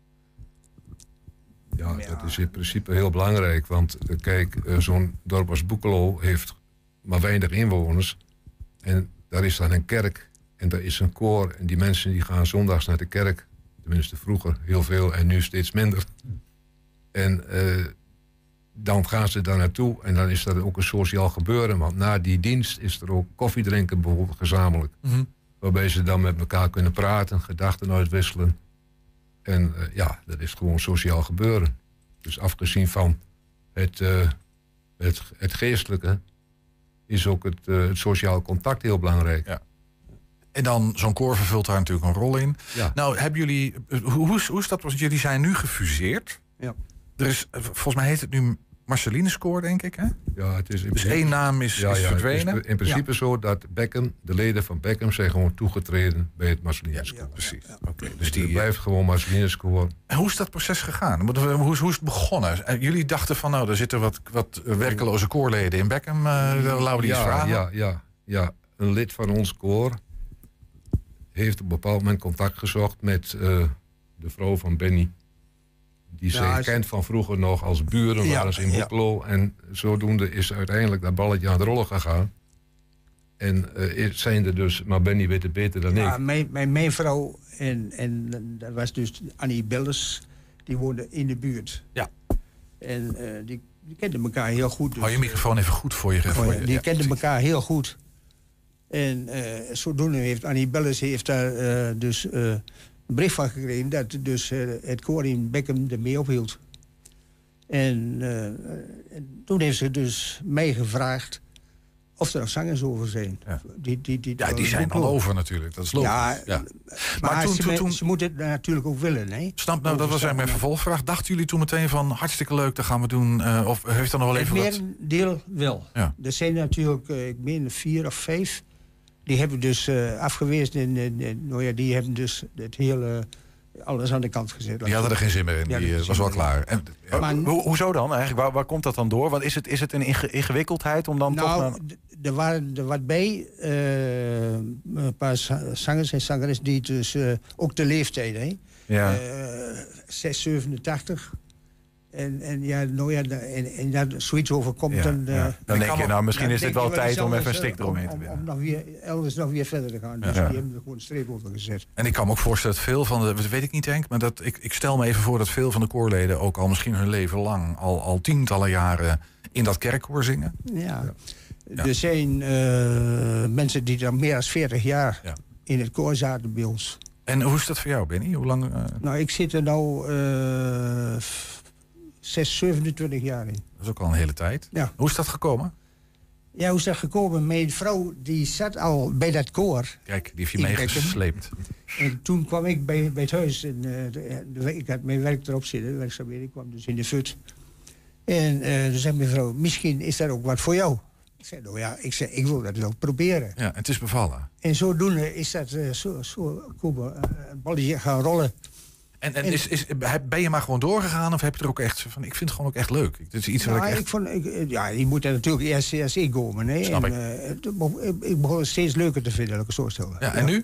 Ja, dat is in principe heel belangrijk. Want uh, kijk, uh, zo'n dorp als Boekelo heeft maar weinig inwoners. En daar is dan een kerk en daar is een koor. En die mensen die gaan zondags naar de kerk. Tenminste vroeger heel veel en nu steeds minder. En uh, dan gaan ze daar naartoe en dan is dat ook een sociaal gebeuren. Want na die dienst is er ook koffiedrinken bijvoorbeeld gezamenlijk. Mm-hmm. Waarbij ze dan met elkaar kunnen praten, gedachten uitwisselen. En uh, ja, dat is gewoon sociaal gebeuren. Dus afgezien van het, uh, het, het geestelijke is ook het, uh, het sociaal contact heel belangrijk. Ja. En dan, zo'n koor vervult daar natuurlijk een rol in. Ja. Nou, hebben jullie, hoe, hoe, is, hoe is dat? Want jullie zijn nu gefuseerd. Ja. Er is, volgens mij heet het nu Marcelinus-koor, denk ik, hè? Ja, het is in dus één naam is, ja, is ja, verdwenen. Het is in principe ja. zo dat Beckham, de leden van Beckham, zijn gewoon toegetreden bij het Marcelinus-koor. Ja, ja, precies. Ja, ja. Okay, dus die het blijft gewoon Marcelinus-koor. En hoe is dat proces gegaan? Hoe is, hoe is het begonnen? En jullie dachten van, nou, er zitten wat, wat werkeloze koorleden in Beckham. Uh, laten we die eens vragen. Ja, ja, ja. Een lid van ons koor heeft op een bepaald moment contact gezocht met uh, de vrouw van Benny. Die ze ja, kent van vroeger nog als buren, ja, waren ze in Boekelo. Ja. En zodoende is uiteindelijk dat balletje aan het rollen gegaan. En uh, zijn er dus, maar Benny weet het beter dan ja, ik. Mijn, mijn, mijn vrouw en, en dat was dus Annie Billers, die woonden in de buurt. Ja. En uh, die, die kenden elkaar heel goed. Dus, hou je microfoon even goed voor je. Uh, voor je die ja, kenden precies. elkaar heel goed. En uh, zodoende heeft Annie Billers heeft daar uh, dus uh, een brief van gekregen dat dus uh, het koor in Beckham ermee ophield. En, uh, en toen heeft ze dus mij gevraagd of er nog zangers over zijn. Ja, die, die, die, ja, die zijn al over natuurlijk, dat is logisch. Ja, ja. Maar, maar toen, ze, toen, ze moeten het natuurlijk ook willen. Hè? Snap, nou, dat was eigenlijk mijn vervolgvraag. Dachten jullie toen meteen van hartstikke leuk, dat gaan we doen? Uh, of heeft er nog wel even het wat... Het merendeel wel. Ja. Er zijn natuurlijk, uh, ik meen vier of vijf... die hebben dus uh, afgewezen. En, en, en, nou ja, die hebben dus het hele... alles aan de kant gezet. Die hadden er geen zin meer in, ja, die was wel klaar. En, ja, maar, ho hoezo dan eigenlijk? Waar, waar komt dat dan door? Want is het, is het een inge ingewikkeldheid om dan nou, toch... Nou, er waren er wat bij. Uh, een paar zangers en zangeres die dus uh, ook de leeftijd, hè? Ja. Uh, zes, zevenentachtig. En, en ja, nou ja, en, en dat zoiets overkomt, ja, dan... Uh, ja. Dan denk je, nou, misschien is dit wel tijd om even een strik eromheen te doen. doen. Om, om nog weer, elders nog weer verder te gaan. Dus ja. die hebben er gewoon een streep over gezet. En ik kan me ook voorstellen dat veel van de... Dat weet ik niet, Henk, maar dat, ik, ik stel me even voor dat veel van de koorleden... ook al misschien hun leven lang, al, al tientallen jaren... in dat kerkkoor zingen. Ja. Ja. Er zijn uh, mensen die dan meer dan veertig jaar ja. in het koor zaten bij ons. En hoe is dat voor jou, Benny? Hoe lang? Uh... Nou, ik zit er nou uh, zes, zevenentwintig jaar in. Dat is ook al een hele tijd. Ja. Hoe is dat gekomen? Ja, hoe is dat gekomen? Mijn vrouw die zat al bij dat koor. Kijk, die heeft je meegesleept. En toen kwam ik bij, bij het huis. En, uh, de, de, ik had mijn werk erop zitten, werkzaamheden. Ik kwam dus in de fut. En uh, toen zei mijn vrouw, misschien is dat ook wat voor jou. Ik zei, nou ja, ik, zei, ik wil dat wel proberen. Ja, het is bevallen. En zodoende is dat uh, zo, zo komen, uh, een balletje gaan rollen. En, en, en is, is, ben je maar gewoon doorgegaan of heb je er ook echt van, ik vind het gewoon ook echt leuk? Het is iets nou, wat ik echt... ik vond, ik, ja, je moet er natuurlijk eerst, eerst in komen. Hè? Snap en, ik. Uh, ik begon het steeds leuker te vinden, dat ik het zo stelde. Ja, en nu?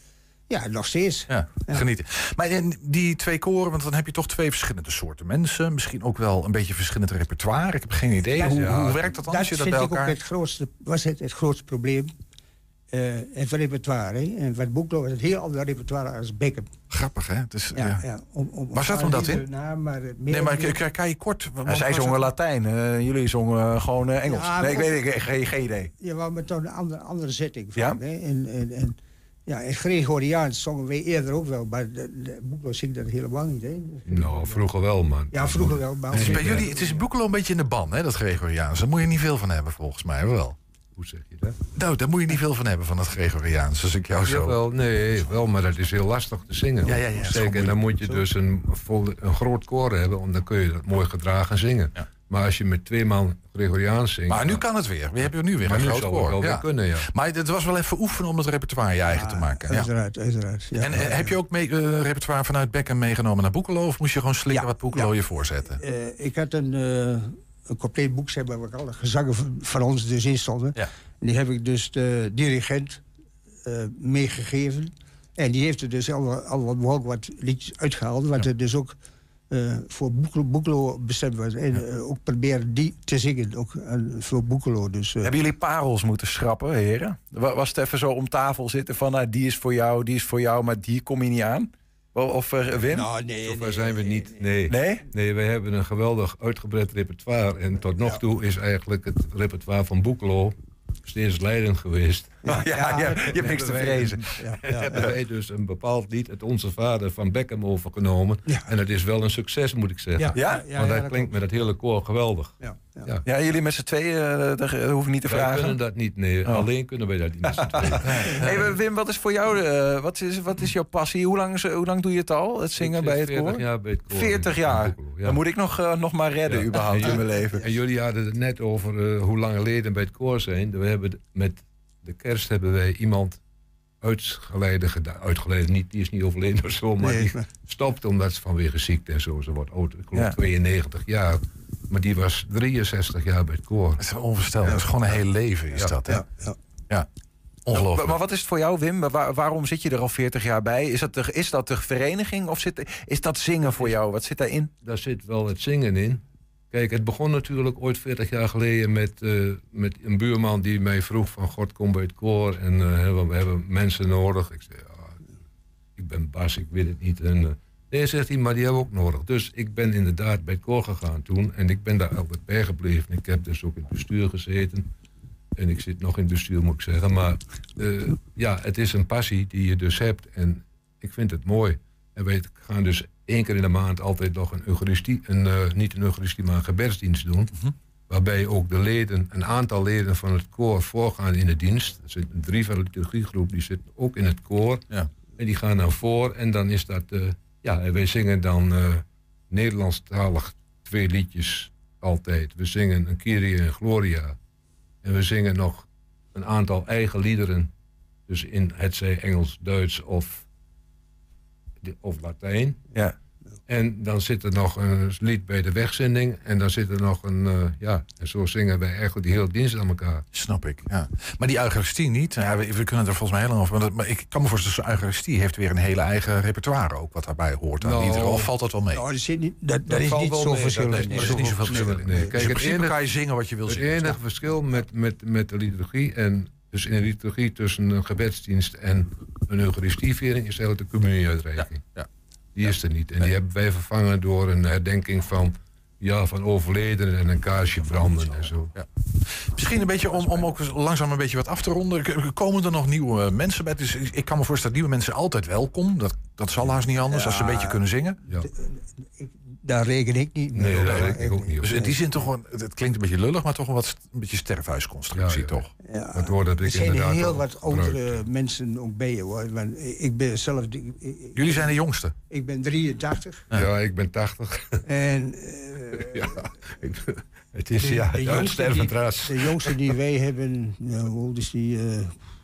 Ja, nog steeds. Ja, ja. Genieten. Maar in die twee koren, want dan heb je toch twee verschillende soorten mensen. Misschien ook wel een beetje verschillend repertoire. Ik heb geen idee. Dat, hoe, ja, hoe werkt dat dan? Dat als je dat vind bij ik elkaar... ook het grootste, was het, het grootste probleem. Uh, het repertoire. Hè? En wat Boeklo was het heel ander repertoire als Beckham. Grappig, hè? Het is, ja, ja. Ja, om, om, Waar zat hem dat in? Naam, maar nee, maar ik kan je kort... Ja, zij zongen Latijn, uh, jullie zongen gewoon uh, Engels. Ja, nee, ik weet ik, geen, geen idee. Ja, maar met toch een andere, andere setting. Van, ja? Hè? En, en, en, ja, in Gregoriaans zongen wij eerder ook wel, maar de, de Boeklo zingt dat helemaal niet. Hè? Nou, vroeger wel, man. Ja, vroeger wel. Maar het is bij jullie, het is Boeklo een beetje in de ban, hè, dat Gregoriaans. Daar moet je niet veel van hebben, volgens mij, wel. Hoe zeg je dat? Nou, daar moet je niet veel van hebben, van dat Gregoriaans, als ik jou zo... Ja, wel, nee, wel, maar dat is heel lastig te zingen. Ja, ja, ja. Zeker, en dan moet je dus een, een groot koor hebben, want dan kun je dat mooi gedragen zingen. Ja. Maar als je met twee man Gregoriaans zingt... Maar nu kan het weer. We hebben nu weer maar een nu groot zal koor. Het wel ja. weer kunnen, ja. Maar het was wel even oefenen om het repertoire je eigen ja, te maken. Uiteraard, ja. uiteraard. Ja. En uh, heb je ook mee, uh, repertoire vanuit Beckham meegenomen naar Boekelo? Of moest je gewoon slikken ja, wat Boekelo ja. je voorzetten? Uh, ik had een, uh, een compleet boek, zeg maar, waar alle gezangen van, van ons dus in stonden. Ja. En die heb ik dus de dirigent uh, meegegeven. En die heeft er dus al, al wat, wat liedjes uitgehaald. Wat ja. er dus ook uh, voor Boekelo, Boekelo bestemd was. En uh, ook proberen die te zingen. Ook uh, voor Boekelo. Dus, uh. Hebben jullie parels moeten schrappen, heren? Was het even zo om tafel zitten van... Nou, die is voor jou, die is voor jou, maar die kom je niet aan? Of uh, Wim? Nou, nee, Zover nee, zijn we nee, niet. Nee. Nee? Nee, wij hebben een geweldig uitgebreid repertoire. En tot nog ja. toe is eigenlijk het repertoire van Boekelo steeds leidend geweest. Ja, ja, ja, ja, je hebt niks te vrezen. Ja, ja, hebben wij dus een bepaald lied, het Onze Vader van Beckham, overgenomen. Ja. En het is wel een succes, moet ik zeggen. Ja? Ja, ja Want dat ja, klinkt met het hele koor geweldig. Ja. Ja. Ja, jullie met z'n tweeën, uh, dat hoef ik niet te wij vragen. Wij kunnen dat niet, nee. Oh. Alleen kunnen wij dat niet met z'n tweeën. Hey, Wim, wat is voor jou, uh, wat, is, wat is jouw passie? Hoe lang, hoe lang doe je het al, het zingen bij het koor? veertig jaar bij het koor. veertig jaar? Ja. Dan moet ik nog, uh, nog maar redden, ja. überhaupt en, in mijn leven. En jullie hadden het net over uh, hoe lang leden bij het koor zijn. We hebben met de kerst hebben wij iemand uitgeleide gedaan. Uitgeleide, niet, die is niet overleden of zo, maar nee, die maar... stopt omdat ze vanwege ziekte en zo. Ze wordt oud, ik geloof ja. tweeënnegentig jaar. Maar die was drieënzestig jaar bij het koor. Dat is onvoorstelbaar. Ja. Dat is gewoon een heel leven, is ja. dat, hè? Ja. Ja. ja. Ongelooflijk. Maar, maar wat is het voor jou, Wim? Waar, waarom zit je er al veertig jaar bij? Is dat de, is dat de vereniging of zit, is dat zingen voor jou? Wat zit daarin? Daar zit wel het zingen in. Kijk, het begon natuurlijk ooit veertig jaar geleden met, uh, met een buurman die mij vroeg van God, kom bij het koor en uh, we hebben mensen nodig. Ik zei, ja, ik ben Bas, ik weet het niet. En, uh, nee, zegt hij, maar die hebben we ook nodig. Dus ik ben inderdaad bij het koor gegaan toen en ik ben daar altijd bij gebleven. Ik heb dus ook in het bestuur gezeten. En ik zit nog in het bestuur, moet ik zeggen. Maar uh, ja, het is een passie die je dus hebt. En ik vind het mooi. En wij gaan dus één keer in de maand altijd nog een eucharistie... Een, uh, niet een eucharistie, maar een gebedsdienst doen. Mm-hmm. Waarbij ook de leden, een aantal leden van het koor voorgaan in de dienst. Er zitten drie van de liturgiegroep, die zitten ook in het koor. Ja. En die gaan dan voor. En dan is dat... Uh, ja, wij zingen dan uh, Nederlandstalig twee liedjes altijd. We zingen een Kyrie en Gloria... En we zingen nog een aantal eigen liederen. Dus in het zij Engels, Duits of, of Latijn. Ja. En dan zit er nog een lied bij de wegzending. En dan zit er nog een... Uh, ja, en zo zingen wij eigenlijk die hele dienst aan elkaar. Snap ik, ja. Maar die Eucharistie niet. Ja, we, we kunnen er volgens mij heel lang over... Maar ik kan me voorstellen, de Eucharistie heeft weer een hele eigen repertoire ook... wat daarbij hoort. Nou, niet, of valt dat wel mee? Nou, dat, zit niet, dat, dat, dat is niet zo verschillend. Dat, dat is niet zoveel verschillend. Nee. Nee. Kijk, dus in principe enige, kan je zingen wat je wil het zingen. Het enige verschil met, met, met de liturgie... en dus in de liturgie tussen een gebedsdienst... en een Eucharistieviering... is eigenlijk de communieuitreiking. Ja, ja. Die is er niet. En nee. die hebben wij vervangen door een herdenking van, ja, van overledenen en een kaarsje branden en zo. Ja. Misschien een beetje om, om ook langzaam een beetje wat af te ronden. Komen er nog nieuwe mensen bij? Dus ik kan me voorstellen, nieuwe mensen altijd welkom. Dat, dat zal haast niet anders, ja, als ze een beetje kunnen zingen. Ja. Daar reken ik niet mee. Nee, daar reken ik ook niet op. Dus in die zin toch gewoon, het klinkt een beetje lullig, maar toch een, wat, een beetje sterfhuisconstructie, ja, ja. toch? Ja. Dat wordt dat ik er zijn inderdaad heel wat oudere mensen ook bij je, hoor. Want ik ben zelf... Ik, ik, Jullie zijn de jongste? Ik ben drieëntachtig. Ja, ja ik ben tachtig. En... Uh, ja, het is de, ja, de, ja, stervend ras. De jongste die wij hebben, nou, hoe oud is die... Uh,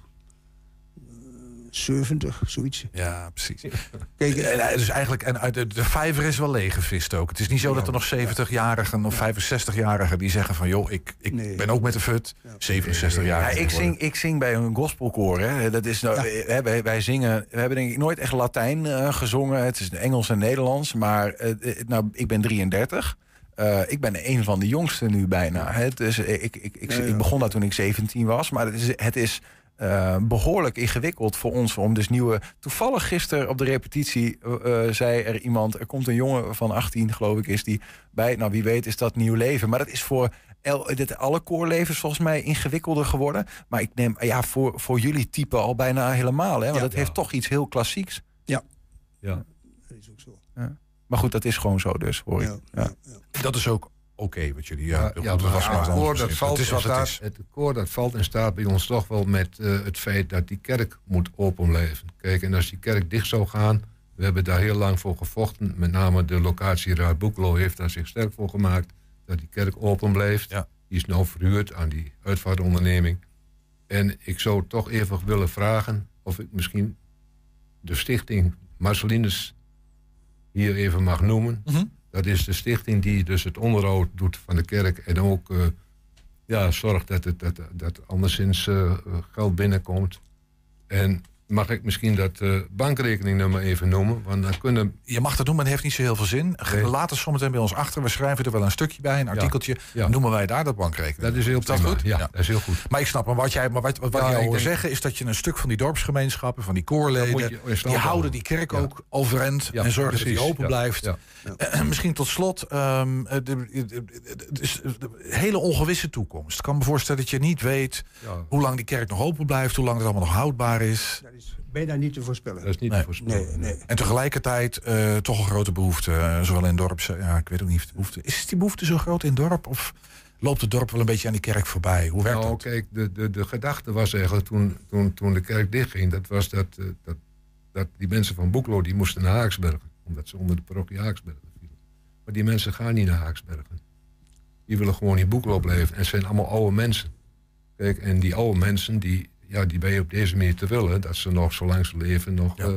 zeventig, zoiets. Ja, precies. Kijk, en, dus eigenlijk, en uit de, de vijver is wel leeggevist ook. Het is niet zo ja, dat er nog zeventig-jarigen of vijfenzestig-jarigen die zeggen van... joh, ik, ik nee. ben ook met de fut, ja. zevenenzestig-jarigen. Ja, ik, zing, ik zing bij een gospelkoor. Hè. Dat is nou, ja. wij, wij zingen, we hebben denk ik nooit echt Latijn uh, gezongen. Het is Engels en Nederlands. Maar uh, nou, ik ben drieëndertig. Uh, ik ben een van de jongsten nu bijna. Hè. Dus ik, ik, ik, ik, ik begon daar toen ik zeventien was. Maar het is... Het is Uh, behoorlijk ingewikkeld voor ons om dus nieuwe... Toevallig gisteren op de repetitie uh, zei er iemand... er komt een jongen van achttien, geloof ik, is die bij... nou, wie weet is dat nieuw leven. Maar dat is voor el, dit, alle koorlevens volgens mij ingewikkelder geworden. Maar ik neem, ja, voor, voor jullie type al bijna helemaal. Hè? Want ja, het ja. heeft toch iets heel klassieks. Ja. Ja. Dat is ook zo. Ja. Maar goed, dat is gewoon zo dus, hoor ik. Ja, ja. Ja. Dat is ook... Oké, okay, wat jullie... Ja, ja, ja, maar was het koor dat valt, het, is staat, het koor dat valt en staat bij ons toch wel met uh, het feit dat die kerk moet open blijven. Kijk, en als die kerk dicht zou gaan... We hebben daar heel lang voor gevochten. Met name de locatieraad Boekelo heeft daar zich sterk voor gemaakt... dat die kerk open blijft. Ja. Die is nou verhuurd aan die uitvaartonderneming. En ik zou toch even willen vragen... of ik misschien de stichting Marcelinus hier even mag noemen... Mm-hmm. Dat is de stichting die dus het onderhoud doet van de kerk... en ook uh, ja, zorgt dat, het, dat, dat anderszins uh, geld binnenkomt. En mag ik misschien dat uh, bankrekeningnummer even noemen? Want dan kunnen... Je mag dat doen, maar het heeft niet zo heel veel zin. Nee. Laat het zometeen bij ons achter. We schrijven er wel een stukje bij, een artikeltje. Ja. Ja. Noemen wij daar dat bankrekening. Dat is heel is dat goed? Ja, ja, dat is heel goed. Maar ik snap, maar wat jij, maar wat, wat ja, jij hoort denk... zeggen... is dat je een stuk van die dorpsgemeenschappen, van die koorleden... Je, die houden die kerk ja. ook overeind... Ja, en zorgen precies. dat die open ja. blijft. Ja. Ja. Uh, misschien tot slot... Um, de, de, de, de, de, de hele ongewisse toekomst. Ik kan me voorstellen dat je niet weet... Ja. hoe lang die kerk nog open blijft... hoe lang het allemaal nog houdbaar is... Dat is bijna niet te voorspellen. Dat is niet nee. te voorspellen. Nee, nee. En tegelijkertijd uh, toch een grote behoefte. Uh, zowel in dorp... Ja, ik weet ook niet of de behoefte... Is die behoefte zo groot in dorp? Of loopt het dorp wel een beetje aan die kerk voorbij? Hoe werkt nou, dat? kijk, de, de, de gedachte was eigenlijk toen, toen, toen de kerk dichtging... dat was dat, uh, dat, dat die mensen van Boeklo die moesten naar Haaksbergen. Omdat ze onder de parochie Haaksbergen vielen. Maar die mensen gaan niet naar Haaksbergen. Die willen gewoon in Boeklo blijven. En het zijn allemaal oude mensen. Kijk, en die oude mensen, die, ja, die ben je op deze manier te willen... dat ze nog, zolang ze leven, nog... Ja. Uh,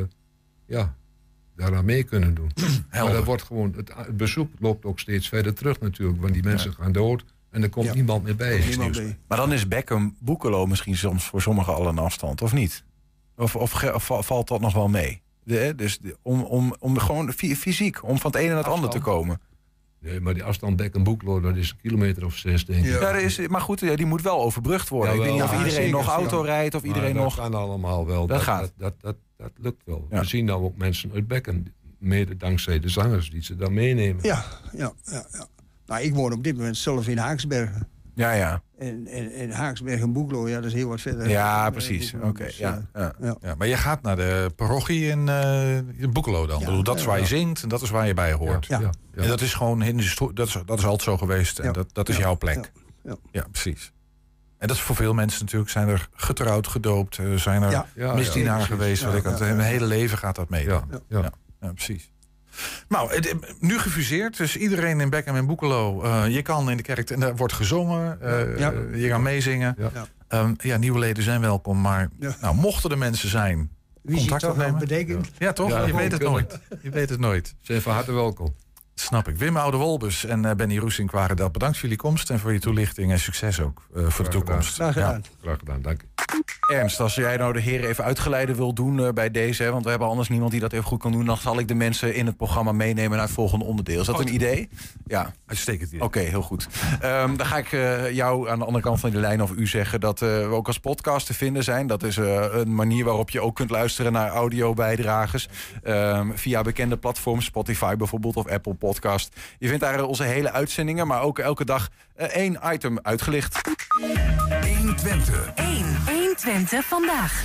ja daaraan mee kunnen doen. Maar dat wordt gewoon, het, het bezoek loopt ook steeds verder terug natuurlijk. Want die mensen ja. gaan dood en er komt ja. niemand meer bij. Niemand bij. Maar dan is Beckum Boekelo misschien soms voor sommigen al een afstand, of niet? Of, of, of valt dat nog wel mee? De, dus de, om, om, om gewoon fysiek, om van het ene naar het andere te komen. Nee, maar die afstand Beckum Boekelo, dat is een kilometer of zes, denk ik. Ja, dat is, maar goed, ja, die moet wel overbrugd worden. Ja, wel, ik weet niet of ja, iedereen zeker, nog auto ja. rijdt, of maar iedereen dat nog... Dat kan allemaal wel. Dat, dat gaat. Dat, dat, dat, dat lukt wel. Ja. We zien nou ook mensen uit Beckum, mede dankzij de zangers die ze dan meenemen. Ja, ja, ja, ja. Nou, ik woon op dit moment zelf in Haaksbergen. Ja, ja. En, en, en Haaksbergen en Boeklo, ja, dat is heel wat verder. Ja, precies. Oké, okay, dus, ja, ja. Ja. ja. Maar je gaat naar de parochie in, uh, in Boekelo dan. Ja, bedoel, dat is waar je zingt en dat is waar je bij hoort. Ja. Ja. Ja. En dat is gewoon, dat is, dat is altijd zo geweest. En ja. dat, dat is ja. jouw plek. Ja. Ja. ja, precies. En dat is voor veel mensen natuurlijk. Zijn er getrouwd, gedoopt, zijn er ja. ja, misdienaar ja, geweest. Ja, ja, ja, ja. Hun hele leven gaat dat mee. Ja, ja. Ja. Ja. Ja, precies. Nou, nu gefuseerd, dus iedereen in Beckum en Boekelo, uh, je kan in de kerk, en er wordt gezongen, uh, ja. je kan meezingen. Ja. Um, ja, nieuwe leden zijn welkom, maar ja. nou, mochten er mensen zijn, wie contact opnemen. Betekent? Ja, toch? Ja, je weet het nooit. Je weet het nooit. Zijn van harte welkom. Snap ik. Wim Oude-Wolbers en uh, Benny Roesink waren dat. Bedankt voor jullie komst en voor je toelichting en succes ook uh, voor Graag de toekomst. Graag gedaan. Ja. Graag gedaan, dank u. Ernst, als jij nou de heren even uitgeleide wil doen uh, bij deze... Hè, want we hebben anders niemand die dat even goed kan doen... dan zal ik de mensen in het programma meenemen naar het volgende onderdeel. Is dat een idee? Ja. Uitstekend idee. Oké, okay, heel goed. Um, dan ga ik uh, jou aan de andere kant van de lijn of u zeggen... dat uh, we ook als podcast te vinden zijn. Dat is uh, een manier waarop je ook kunt luisteren naar audiobijdragers. Um, via bekende platforms, Spotify bijvoorbeeld of Apple Podcast. Je vindt daar onze hele uitzendingen, maar ook elke dag uh, één item uitgelicht. honderdtwintig. honderdtwintig vandaag.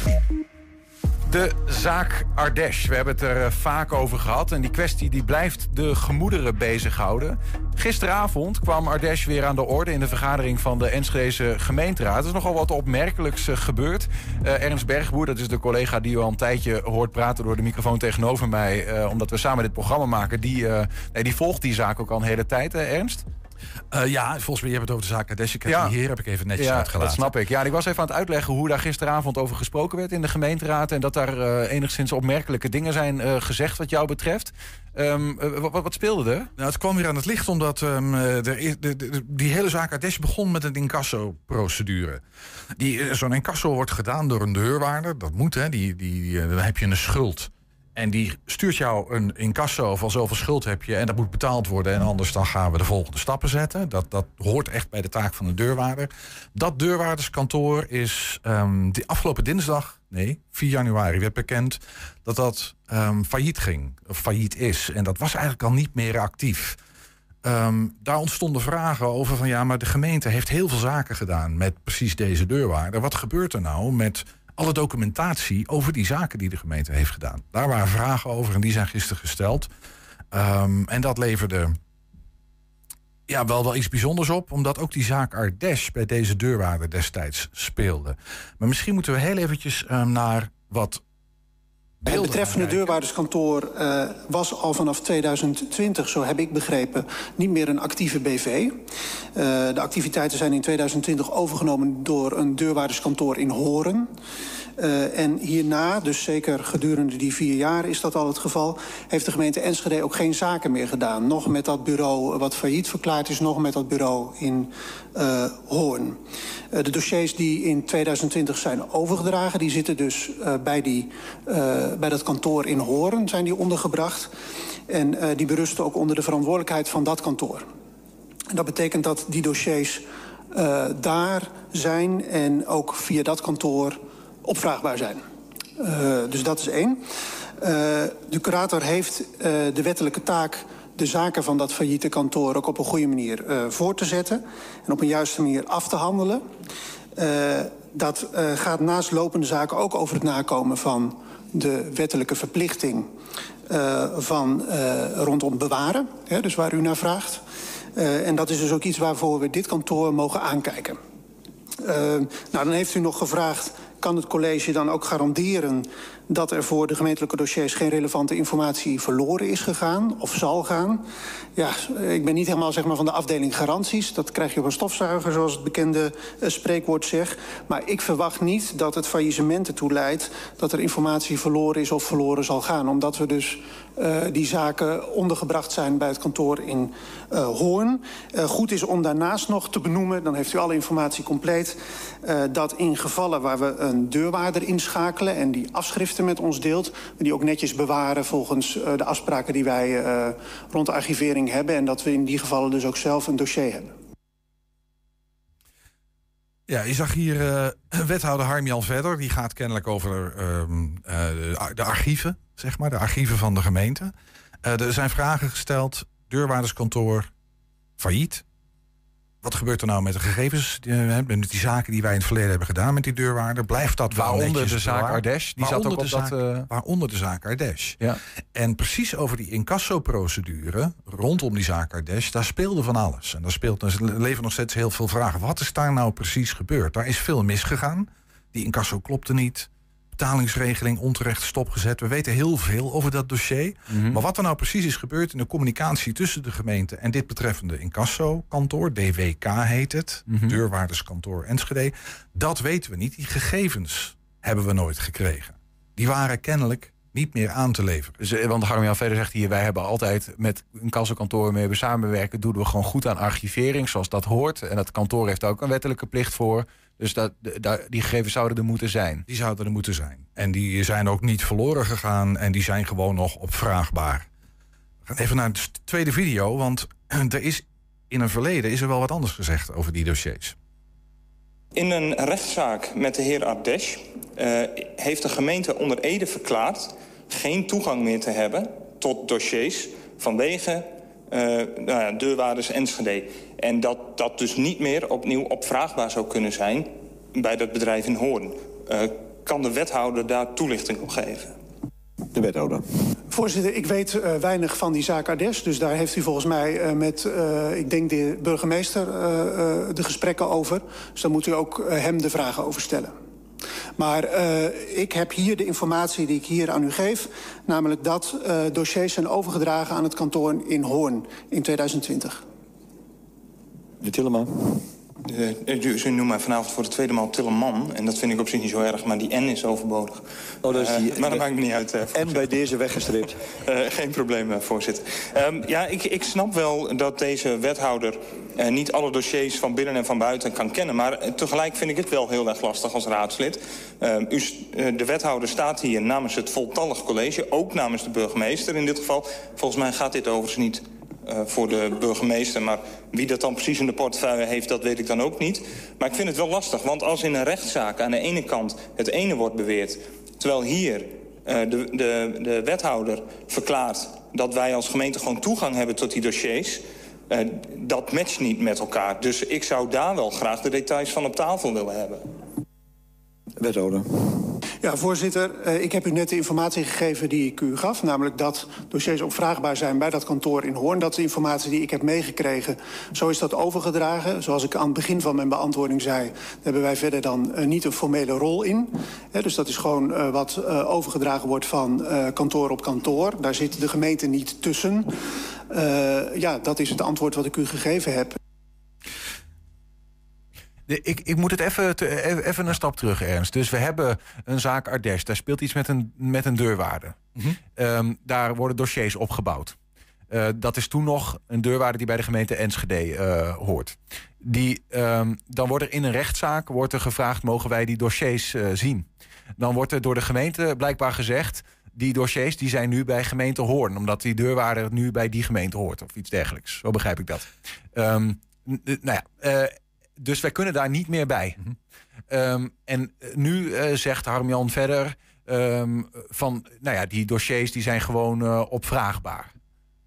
De zaak Ardèche. We hebben het er uh, vaak over gehad. En die kwestie die blijft de gemoederen bezighouden. Gisteravond kwam Ardèche weer aan de orde... in de vergadering van de Enschedese gemeenteraad. Er is nogal wat opmerkelijks uh, gebeurd. Uh, Ernst Bergboer, dat is de collega die u al een tijdje hoort praten... door de microfoon tegenover mij. Uh, omdat we samen dit programma maken. Die, uh, nee, die volgt die zaak ook al een hele tijd, uh, Ernst? Uh, ja, volgens mij, je hebt het over de zaak Ardèche. Ja. Hier heb ik even netjes ja, uitgelaten. Dat snap ik. Ja, ik was even aan het uitleggen hoe daar gisteravond over gesproken werd in de gemeenteraad. En dat daar uh, enigszins opmerkelijke dingen zijn uh, gezegd wat jou betreft. Um, uh, wat, wat speelde er? Nou, het kwam weer aan het licht omdat um, de, de, de, die hele zaak Ardèche begon met een incasso-procedure. Die, zo'n incasso wordt gedaan door een deurwaarder. Dat moet, hè. Die, die, dan heb je een schuld. En die stuurt jou een incasso van zoveel schuld heb je... en dat moet betaald worden en anders dan gaan we de volgende stappen zetten. Dat, dat hoort echt bij de taak van de deurwaarder. Dat deurwaarderskantoor is um, die afgelopen dinsdag, nee, vier januari... werd bekend dat dat um, failliet ging, of failliet is. En dat was eigenlijk al niet meer actief. Um, daar ontstonden vragen over van... ja, maar de gemeente heeft heel veel zaken gedaan met precies deze deurwaarder. Wat gebeurt er nou met... alle documentatie over die zaken die de gemeente heeft gedaan. Daar waren vragen over en die zijn gisteren gesteld. Um, en dat leverde ja, wel, wel iets bijzonders op... omdat ook die zaak Ardèche bij deze deurwaarder destijds speelde. Maar misschien moeten we heel eventjes um, naar wat... Het betreffende deurwaarderskantoor uh, was al vanaf tweeduizend twintig, zo heb ik begrepen, niet meer een actieve B V. Uh, de activiteiten zijn in tweeduizend twintig overgenomen door een deurwaarderskantoor in Hoorn. Uh, en hierna, dus zeker gedurende die vier jaar is dat al het geval... heeft de gemeente Enschede ook geen zaken meer gedaan. Nog met dat bureau wat failliet verklaard is, nog met dat bureau in uh, Hoorn. Uh, de dossiers die in tweeduizend twintig zijn overgedragen... die zitten dus uh, bij, die, uh, bij dat kantoor in Hoorn, zijn die ondergebracht. En uh, die berusten ook onder de verantwoordelijkheid van dat kantoor. En dat betekent dat die dossiers uh, daar zijn en ook via dat kantoor... opvraagbaar zijn. Uh, dus dat is één. Uh, de curator heeft uh, de wettelijke taak... de zaken van dat failliete kantoor ook op een goede manier uh, voor te zetten... en op een juiste manier af te handelen. Uh, dat uh, gaat naast lopende zaken ook over het nakomen van... de wettelijke verplichting uh, van, uh, rondom bewaren. Hè, dus waar u naar vraagt. Uh, en dat is dus ook iets waarvoor we dit kantoor mogen aankijken. Uh, nou, dan heeft u nog gevraagd, kan het college dan ook garanderen dat er voor de gemeentelijke dossiers geen relevante informatie verloren is gegaan of zal gaan? Ja, ik ben niet helemaal zeg maar, van de afdeling garanties. Dat krijg je op een stofzuiger, zoals het bekende uh, spreekwoord zegt. Maar ik verwacht niet dat het faillissement ertoe leidt dat er informatie verloren is of verloren zal gaan. Omdat we dus uh, die zaken ondergebracht zijn bij het kantoor in uh, Hoorn. Uh, goed is om daarnaast nog te benoemen, dan heeft u alle informatie compleet, uh, dat in gevallen waar we een deurwaarder inschakelen en die afschriften met ons deelt, we die ook netjes bewaren volgens uh, de afspraken die wij uh, rond de archivering hebben. En dat we in die gevallen dus ook zelf een dossier hebben. Ja, je zag hier uh, wethouder Harm-Jan Vedder. Die gaat kennelijk over uh, uh, de archieven, zeg maar. De archieven van de gemeente. Uh, er zijn vragen gesteld. Deurwaarderskantoor failliet. Wat gebeurt er nou met de gegevens, uh, met die zaken die wij in het verleden hebben gedaan met die deurwaarder? Blijft dat wel waaronder netjes de zaak bewaard? Ardesh? Die waaronder zat ook op de zaak, dat... Uh... Waaronder de zaak Ardesh. Ja. En precies over die incassoprocedure rondom die zaak Ardesh, daar speelde van alles. En daar speelt, er leven nog steeds heel veel vragen. Wat is daar nou precies gebeurd? Daar is veel misgegaan. Die incasso klopte niet. Betalingsregeling onterecht stopgezet. We weten heel veel over dat dossier. Mm-hmm. Maar wat er nou precies is gebeurd in de communicatie tussen de gemeente en dit betreffende incasso-kantoor, D W K heet het, mm-hmm. Deurwaarderskantoor Enschede, dat weten we niet. Die gegevens hebben we nooit gekregen. Die waren kennelijk niet meer aan te leveren. Dus, want Harm-Jan Vedder zegt hier, wij hebben altijd met incassokantoren mee samenwerken, doen we gewoon goed aan archivering, zoals dat hoort. En dat kantoor heeft ook een wettelijke plicht voor. Dus dat, dat, die gegevens zouden er moeten zijn. Die zouden er moeten zijn. En die zijn ook niet verloren gegaan en die zijn gewoon nog opvraagbaar. We gaan even naar de tweede video, want er is in een verleden is er wel wat anders gezegd over die dossiers. In een rechtszaak met de heer Ardesh uh, heeft de gemeente onder ede verklaard geen toegang meer te hebben tot dossiers vanwege uh, nou ja, deurwaarders Enschede. En dat dat dus niet meer opnieuw opvraagbaar zou kunnen zijn bij dat bedrijf in Hoorn. Uh, kan de wethouder daar toelichting op geven? De wethouder. Voorzitter, ik weet uh, weinig van die zaak Ardesh. Dus daar heeft u volgens mij uh, met, uh, ik denk, de burgemeester uh, uh, de gesprekken over. Dus dan moet u ook uh, hem de vragen over stellen. Maar uh, ik heb hier de informatie die ik hier aan u geef. Namelijk dat uh, dossiers zijn overgedragen aan het kantoor in Hoorn in tweeduizend twintig. De Tilleman. Uh, ze noemen mij vanavond voor de tweede maal Tilleman. En dat vind ik op zich niet zo erg, maar die N is overbodig. Oh, dat is die, uh, maar dat maakt me niet uit. Uh, en bij deze weggestreept. Uh, geen probleem, uh, voorzitter. Um, ja, ik, ik snap wel dat deze wethouder uh, niet alle dossiers van binnen en van buiten kan kennen. Maar uh, tegelijk vind ik het wel heel erg lastig als raadslid. Uh, u, uh, de wethouder staat hier namens het voltallig college, ook namens de burgemeester in dit geval. Volgens mij gaat dit overigens niet Uh, voor de burgemeester. Maar wie dat dan precies in de portefeuille heeft, dat weet ik dan ook niet. Maar ik vind het wel lastig, want als in een rechtszaak aan de ene kant het ene wordt beweerd, terwijl hier uh, de, de, de wethouder verklaart dat wij als gemeente gewoon toegang hebben tot die dossiers, uh, dat matcht niet met elkaar. Dus ik zou daar wel graag de details van op tafel willen hebben. Wethouder. Ja, voorzitter, uh, ik heb u net de informatie gegeven die ik u gaf. Namelijk dat dossiers opvraagbaar zijn bij dat kantoor in Hoorn. Dat is de informatie die ik heb meegekregen. Zo is dat overgedragen. Zoals ik aan het begin van mijn beantwoording zei, daar hebben wij verder dan uh, niet een formele rol in. He, dus dat is gewoon uh, wat uh, overgedragen wordt van uh, kantoor op kantoor. Daar zit de gemeente niet tussen. Uh, ja, dat is het antwoord wat ik u gegeven heb. De, ik, ik moet het even, te, even een stap terug, Ernst. Dus we hebben een zaak Ardesh. Daar speelt iets met een, met een deurwaarder. Mm-hmm. Um, daar worden dossiers opgebouwd. Uh, dat is toen nog een deurwaarder die bij de gemeente Enschede uh, hoort. Die, um, dan wordt er in een rechtszaak wordt er gevraagd, mogen wij die dossiers uh, zien? Dan wordt er door de gemeente blijkbaar gezegd, die dossiers die zijn nu bij gemeente Hoorn, omdat die deurwaarder nu bij die gemeente hoort of iets dergelijks. Zo begrijp ik dat. Um, n- n- nou ja... Uh, Dus wij kunnen daar niet meer bij. Mm-hmm. Um, en nu uh, zegt Harm-Jan verder um, van, nou ja, die dossiers die zijn gewoon uh, opvraagbaar.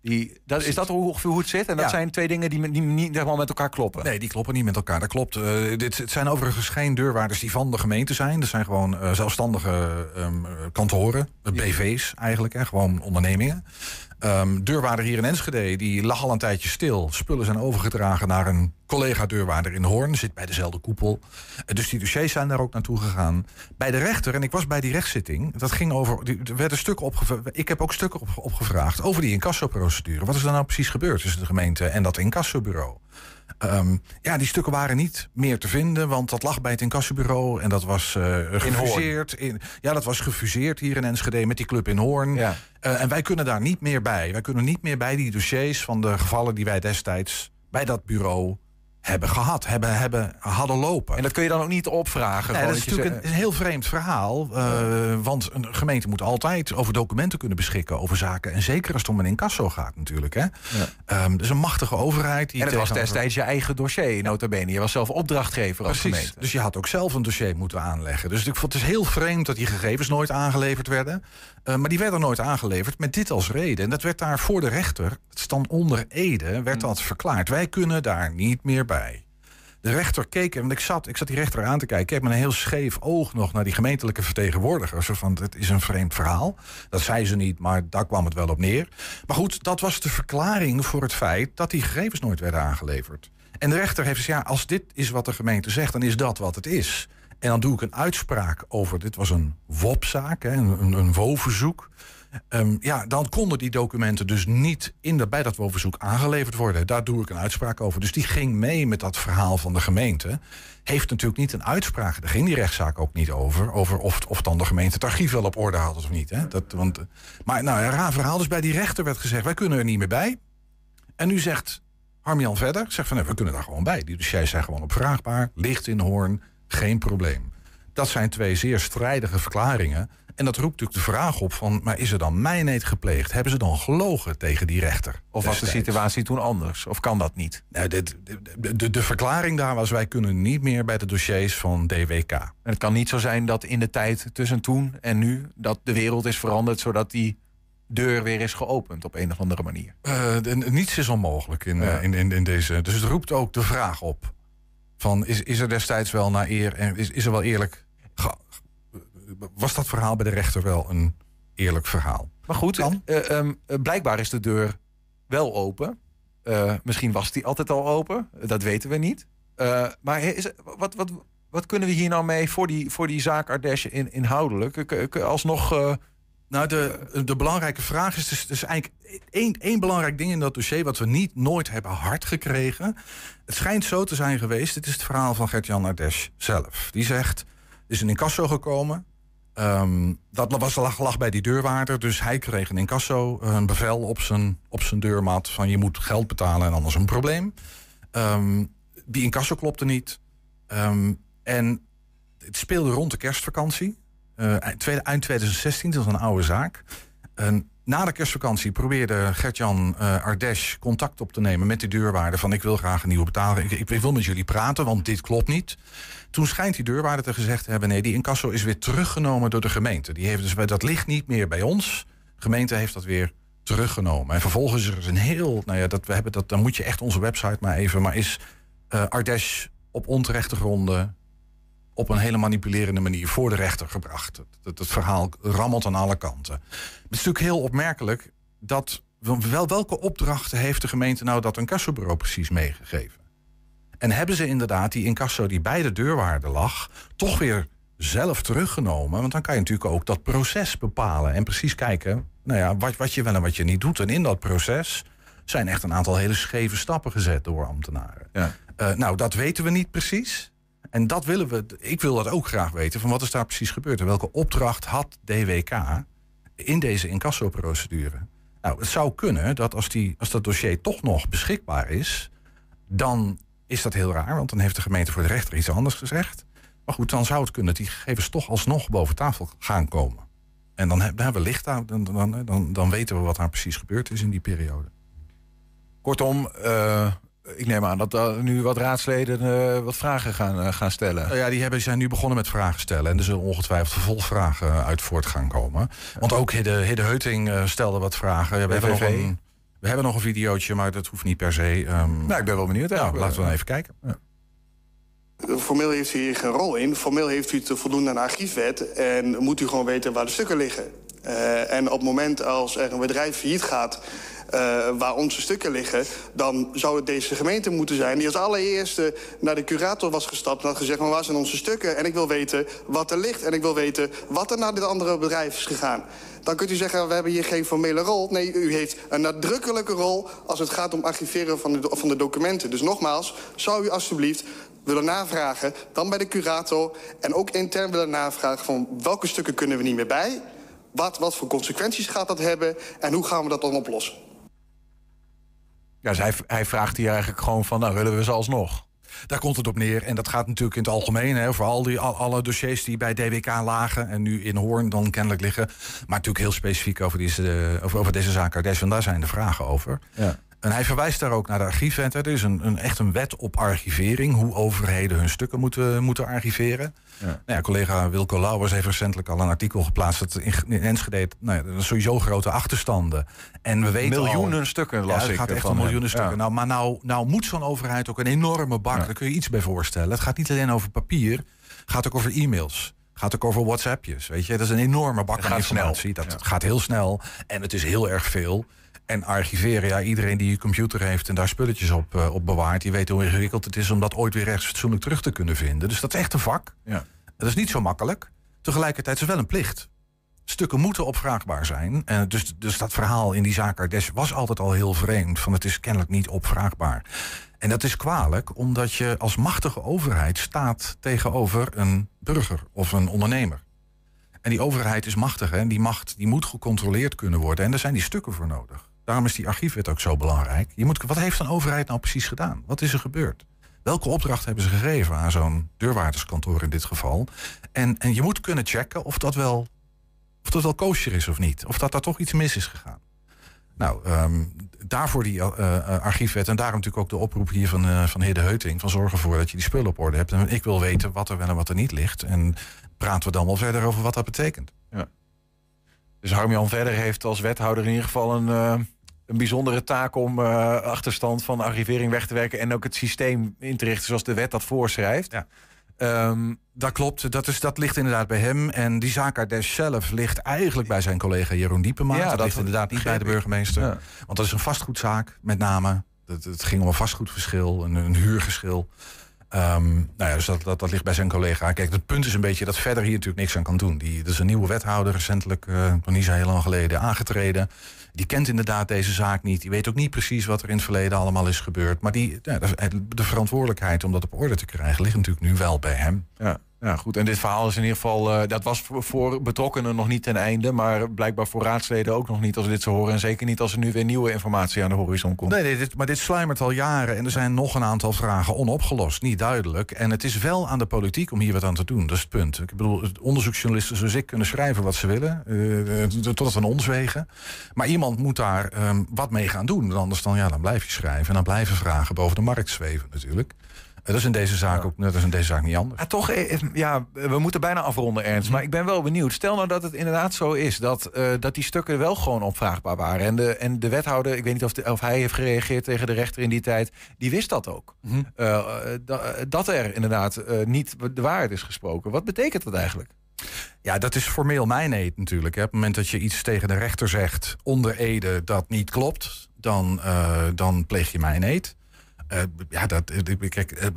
Die, dat, is dat ongeveer hoe het zit? En dat Ja. zijn twee dingen die, die niet helemaal met elkaar kloppen? Nee, die kloppen niet met elkaar. Dat klopt. Uh, dit het zijn overigens geen deurwaarders die van de gemeente zijn. Dat zijn gewoon uh, zelfstandige um, kantoren, uh, B V's eigenlijk, hè, gewoon ondernemingen. Um, deurwaarder hier in Enschede, die lag al een tijdje stil. Spullen zijn overgedragen naar een collega-deurwaarder in Hoorn. Zit bij dezelfde koepel. Uh, dus die dossiers zijn daar ook naartoe gegaan. Bij de rechter, en ik was bij die rechtszitting. Dat ging over, die, er werden stukken opgevraagd. Ik heb ook stukken op, opgevraagd over die incassoprocedure. Wat is er nou precies gebeurd tussen de gemeente en dat incassobureau? Um, ja, die stukken waren niet meer te vinden, want dat lag bij het incassobureau en dat was uh, gefuseerd. In, ja, dat was gefuseerd hier in Enschede met die club in Hoorn. Ja. Uh, en wij kunnen daar niet meer bij. Wij kunnen niet meer bij die dossiers van de gevallen die wij destijds bij dat bureau hebben gehad, hebben, hebben, hadden lopen. En dat kun je dan ook niet opvragen? Nee, dat is dat natuurlijk zegt... een, een heel vreemd verhaal. Uh, ja. Want een gemeente moet altijd over documenten kunnen beschikken, over zaken. En zeker als het om een incasso gaat natuurlijk. Hè? Ja. Um, dus een machtige overheid. Die en het tegenover... was destijds je eigen dossier, nota bene. Je was zelf opdrachtgever als Precies. gemeente. Dus je had ook zelf een dossier moeten aanleggen. Dus ik vond het is heel vreemd dat die gegevens nooit aangeleverd werden. Uh, maar die werden nooit aangeleverd met dit als reden. En dat werd daar voor de rechter, het stand onder ede, werd dat verklaard. Wij kunnen daar niet meer bij. De rechter keek, en ik zat, ik zat die rechter aan te kijken, keek met een heel scheef oog nog naar die gemeentelijke vertegenwoordiger. Zo van, het is een vreemd verhaal. Dat zei ze niet, maar daar kwam het wel op neer. Maar goed, dat was de verklaring voor het feit dat die gegevens nooit werden aangeleverd. En de rechter heeft gezegd, ja, als dit is wat de gemeente zegt, dan is dat wat het is. En dan doe ik een uitspraak over, dit was een W O P-zaak, hè, een, een W O-verzoek. Um, ja, dan konden die documenten dus niet in de, bij dat W O-verzoek aanggeleverd worden. Daar doe ik een uitspraak over. Dus die ging mee met dat verhaal van de gemeente. Heeft natuurlijk niet een uitspraak. Daar ging die rechtszaak ook niet over. Over of, of dan de gemeente het archief wel op orde had of niet. Hè? Dat, want, maar nou, een raar verhaal. Dus bij die rechter werd gezegd, wij kunnen er niet meer bij. En nu zegt Harm-Jan verder, zegt van, nee, we kunnen daar gewoon bij. Die dossiers zijn gewoon opvraagbaar. Ligt in Hoorn, geen probleem. Dat zijn twee zeer strijdige verklaringen. En dat roept natuurlijk de vraag op van, maar is er dan mijneed gepleegd? Hebben ze dan gelogen tegen die rechter? Of was de situatie toen anders? Of kan dat niet? Nou, de, de, de, de verklaring daar was, wij kunnen niet meer bij de dossiers van D W K. En het kan niet zo zijn dat in de tijd tussen toen en nu, dat de wereld is veranderd, zodat die deur weer is geopend op een of andere manier. Uh, de, niets is onmogelijk in, ja. uh, in, in, in deze. Dus het roept ook de vraag op van, is, is er destijds wel naar eer en is, is er wel eerlijk ge, was dat verhaal bij de rechter wel een eerlijk verhaal? Maar goed, uh, um, blijkbaar is de deur wel open. Uh, misschien was die altijd al open, dat weten we niet. Uh, maar is, wat, wat, wat kunnen we hier nou mee voor die, voor die zaak Ardèche in, inhoudelijk? Alsnog... Uh, Nou, de, de belangrijke vraag is dus, dus eigenlijk één, één belangrijk ding in dat dossier wat we niet nooit hebben hard gekregen. Het schijnt zo te zijn geweest, dit is het verhaal van Gert-Jan Ardèche zelf. Die zegt, er is een incasso gekomen. Um, dat was, lag, lag bij die deurwaarder, dus hij kreeg een incasso, een bevel op zijn, op zijn deurmat van je moet geld betalen en anders een probleem. Um, die incasso klopte niet. Um, en het speelde rond de kerstvakantie. Uh, eind twintig zestien, dat is een oude zaak. Uh, na de kerstvakantie probeerde Gert-Jan uh, Ardèche contact op te nemen met die deurwaarder van ik wil graag een nieuwe betaling. Ik, ik wil met jullie praten, want dit klopt niet. Toen schijnt die deurwaarder te gezegd te hebben, nee, die incasso is weer teruggenomen door de gemeente. Die heeft dus, dat ligt niet meer bij ons. De gemeente heeft dat weer teruggenomen. En vervolgens is er een heel, nou ja, dat we hebben dat, dan moet je echt onze website maar even, maar is uh, Ardèche op onterechte gronden op een hele manipulerende manier voor de rechter gebracht. Het, het, het verhaal rammelt aan alle kanten. Het is natuurlijk heel opmerkelijk dat wel, welke opdrachten heeft de gemeente nou dat incassobureau precies meegegeven? En hebben ze inderdaad die incasso die bij de deurwaarder lag toch weer zelf teruggenomen? Want dan kan je natuurlijk ook dat proces bepalen en precies kijken, nou ja, wat, wat je wel en wat je niet doet. En in dat proces zijn echt een aantal hele scheve stappen gezet door ambtenaren. Ja. Uh, nou, dat weten we niet precies. En dat willen we, ik wil dat ook graag weten, van wat is daar precies gebeurd? En welke opdracht had D W K in deze incassoprocedure? Nou, het zou kunnen dat als, die, als dat dossier toch nog beschikbaar is, dan is dat heel raar, want dan heeft de gemeente voor de rechter iets anders gezegd. Maar goed, dan zou het kunnen dat die gegevens toch alsnog boven tafel gaan komen. En dan hebben we licht aan, dan, dan, dan, dan weten we wat daar precies gebeurd is in die periode. Kortom, uh... ik neem aan dat uh, nu wat raadsleden uh, wat vragen gaan, uh, gaan stellen. Nou ja, die hebben, zijn nu begonnen met vragen stellen. En er zullen ongetwijfeld vervolgvragen uit voort gaan komen. Want ook Hidde, Hidde Heuting uh, stelde wat vragen. Ja, we hebben nog een, We hebben nog een videootje, maar dat hoeft niet per se. Um... Nou, ik ben wel benieuwd. Ja, Ja, laten we dan even kijken. Ja. Formeel heeft u hier geen rol in. Formeel heeft u te voldoen aan de archiefwet en moet u gewoon weten waar de stukken liggen. Uh, en op het moment als er een bedrijf failliet gaat uh, waar onze stukken liggen, dan zou het deze gemeente moeten zijn die als allereerste naar de curator was gestapt en had gezegd, maar waar zijn onze stukken? En ik wil weten wat er ligt en ik wil weten wat er naar dit andere bedrijf is gegaan. Dan kunt u zeggen, we hebben hier geen formele rol. Nee, u heeft een nadrukkelijke rol als het gaat om archiveren van de, van de documenten. Dus nogmaals, zou u alstublieft willen navragen, dan bij de curator, en ook intern willen navragen van welke stukken kunnen we niet meer bij? Wat, wat voor consequenties gaat dat hebben en hoe gaan we dat dan oplossen? Ja, dus hij, hij vraagt hier eigenlijk gewoon van, nou, willen we ze alsnog? Daar komt het op neer. En dat gaat natuurlijk in het algemeen, hè, voor al die, al, alle dossiers die bij D W K lagen en nu in Hoorn dan kennelijk liggen. Maar natuurlijk heel specifiek over, deze, over, over deze zaak Ardes, en daar zijn de vragen over. Ja. En hij verwijst daar ook naar de archiefwet. Er is een, een, echt een wet op archivering, hoe overheden hun stukken moeten, moeten archiveren. Ja. Nou ja, collega Wilco Lauwers heeft recentelijk al een artikel geplaatst dat in, in Enschede, nou ja, dat is sowieso grote achterstanden. En we weten miljoenen al, stukken las ja, het ik gaat echt van om miljoenen hem. stukken. Ja. Nou, maar nou, nou moet zo'n overheid ook een enorme bak, ja. Daar kun je iets bij voorstellen. Het gaat niet alleen over papier, het gaat ook over e-mails. Het gaat ook over WhatsAppjes, weet je. Dat is een enorme bak aan informatie. Snel. Dat ja. gaat heel snel en het is heel erg veel. En archiveren, ja, iedereen die een computer heeft en daar spulletjes op, uh, op bewaart, die weet hoe ingewikkeld het is om dat ooit weer rechtsfatsoenlijk terug te kunnen vinden. Dus dat is echt een vak. Ja. Dat is niet zo makkelijk. Tegelijkertijd is het wel een plicht. Stukken moeten opvraagbaar zijn. En dus, dus dat verhaal in die zaak Ardes was altijd al heel vreemd. Van het is kennelijk niet opvraagbaar. En dat is kwalijk, omdat je als machtige overheid staat tegenover een burger of een ondernemer. En die overheid is machtig, hè? En die macht die moet gecontroleerd kunnen worden. En daar zijn die stukken voor nodig. Daarom is die archiefwet ook zo belangrijk. Je moet, wat heeft een overheid nou precies gedaan? Wat is er gebeurd? Welke opdracht hebben ze gegeven aan zo'n deurwaarderskantoor in dit geval? En, en je moet kunnen checken of dat wel, of dat wel kosher is of niet. Of dat daar toch iets mis is gegaan. Nou, um, daarvoor die uh, uh, archiefwet en daarom natuurlijk ook de oproep hier van, uh, van heer De Heuting, van zorg ervoor dat je die spullen op orde hebt. En ik wil weten wat er wel en wat er niet ligt. En praten we dan wel verder over wat dat betekent. Ja. Dus Harm-Jan Verder heeft als wethouder in ieder geval een, uh, een bijzondere taak om uh, achterstand van archivering weg te werken en ook het systeem in te richten zoals de wet dat voorschrijft. Ja. Um, dat klopt, dat, is, dat ligt inderdaad bij hem. En die zaak Ardes zelf ligt eigenlijk bij zijn collega Jeroen Diepema. Ja, dat, dat ligt inderdaad niet bij de burgemeester. Ja. Want dat is een vastgoedzaak, met name. Het, het ging om een vastgoedverschil, een, een huurgeschil. Um, nou ja, dus dat, dat, dat ligt bij zijn collega. Kijk, het punt is een beetje dat Verder hier natuurlijk niks aan kan doen. Die, dat is een nieuwe wethouder, recentelijk, uh, nog niet zo heel lang geleden, aangetreden. Die kent inderdaad deze zaak niet. Die weet ook niet precies wat er in het verleden allemaal is gebeurd. Maar die, ja, de verantwoordelijkheid om dat op orde te krijgen ligt natuurlijk nu wel bij hem. Ja. Ja, goed. En dit verhaal is in ieder geval, uh, dat was voor, voor betrokkenen nog niet ten einde, maar blijkbaar voor raadsleden ook nog niet als we dit zo horen. En zeker niet als er nu weer nieuwe informatie aan de horizon komt. Nee, nee dit, maar dit sluimert al jaren en er zijn nog een aantal vragen onopgelost, niet duidelijk. En het is wel aan de politiek om hier wat aan te doen, dat is het punt. Ik bedoel, onderzoeksjournalisten zoals ik kunnen schrijven wat ze willen, uh, totdat we ons wegen. Maar iemand moet daar um, wat mee gaan doen, anders dan, ja, dan blijf je schrijven en dan blijven vragen boven de markt zweven natuurlijk. Dat is in deze zaak ja. ook dat is in deze zaak niet anders. Ja, toch, ja, we moeten bijna afronden, Ernst. Maar ik ben wel benieuwd. Stel nou dat het inderdaad zo is dat, uh, dat die stukken wel gewoon opvraagbaar waren. En de, en de wethouder, ik weet niet of, de, of hij heeft gereageerd tegen de rechter in die tijd, die wist dat ook. Mm-hmm. Uh, da, dat er inderdaad uh, niet de waarheid is gesproken. Wat betekent dat eigenlijk? Ja, dat is formeel mijn eed natuurlijk. Hè. Op het moment dat je iets tegen de rechter zegt onder ede dat niet klopt, dan, uh, dan pleeg je mijn eed. Uh, ja, dat, kijk, uh,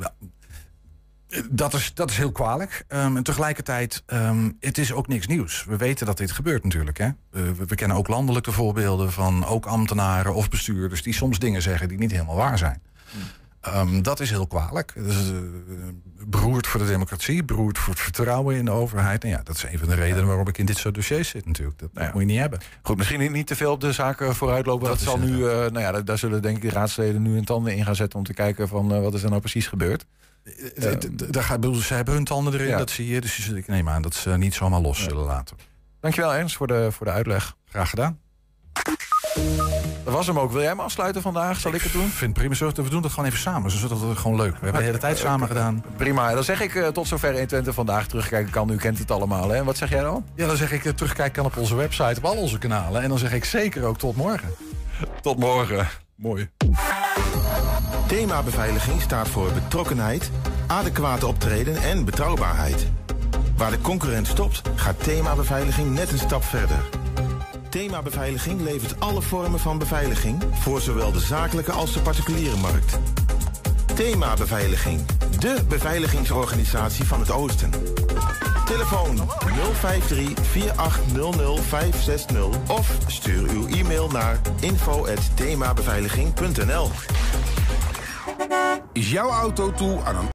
dat, is, dat is heel kwalijk. Um, en tegelijkertijd, um, het is ook niks nieuws. We weten dat dit gebeurt natuurlijk. Hè? Uh, we, we kennen ook landelijke voorbeelden van ook ambtenaren of bestuurders die soms dingen zeggen die niet helemaal waar zijn. Hmm. Um, dat is heel kwalijk. Dat is uh, beroerd voor de democratie, beroerd voor het vertrouwen in de overheid. En ja, dat is een van de redenen waarom ik in dit soort dossiers zit natuurlijk. Dat, dat ja. moet je niet hebben. Goed, misschien niet, niet te veel op de zaken vooruitlopen. Dat, dat zal nu, uh, nou ja, daar zullen denk ik de raadsleden nu hun tanden in gaan zetten om te kijken van uh, wat is er nou precies gebeurd. Uh, Daar gaat, ze hebben hun tanden erin, ja. Dat zie je. Dus ik neem aan dat ze niet zomaar los ja. zullen laten. Dankjewel Ernst voor de, voor de uitleg. Graag gedaan. Dat was hem ook. Wil jij hem afsluiten vandaag? Zal ik, ik het doen? Ik vind het prima. We doen het gewoon even samen. Dus dat is gewoon leuk. We hebben de hele tijd samen gedaan. Prima. Dan zeg ik uh, tot zover honderdtwintig vandaag. Terugkijken kan. U kent het allemaal. Hè? Wat zeg jij dan? Ja, dan zeg ik uh, terugkijken kan op onze website. Op al onze kanalen. En dan zeg ik zeker ook tot morgen. Tot morgen. Mooi. Thema beveiliging staat voor betrokkenheid, adequate optreden en betrouwbaarheid. Waar de concurrent stopt, gaat Thema Beveiliging net een stap verder. Thema Beveiliging levert alle vormen van beveiliging voor zowel de zakelijke als de particuliere markt. Thema Beveiliging, de beveiligingsorganisatie van het Oosten. Telefoon nul vijf drie, vier acht nul nul, vijf zes nul of stuur uw e-mail naar info at themabeveiliging punt n l. Is jouw auto toe aan een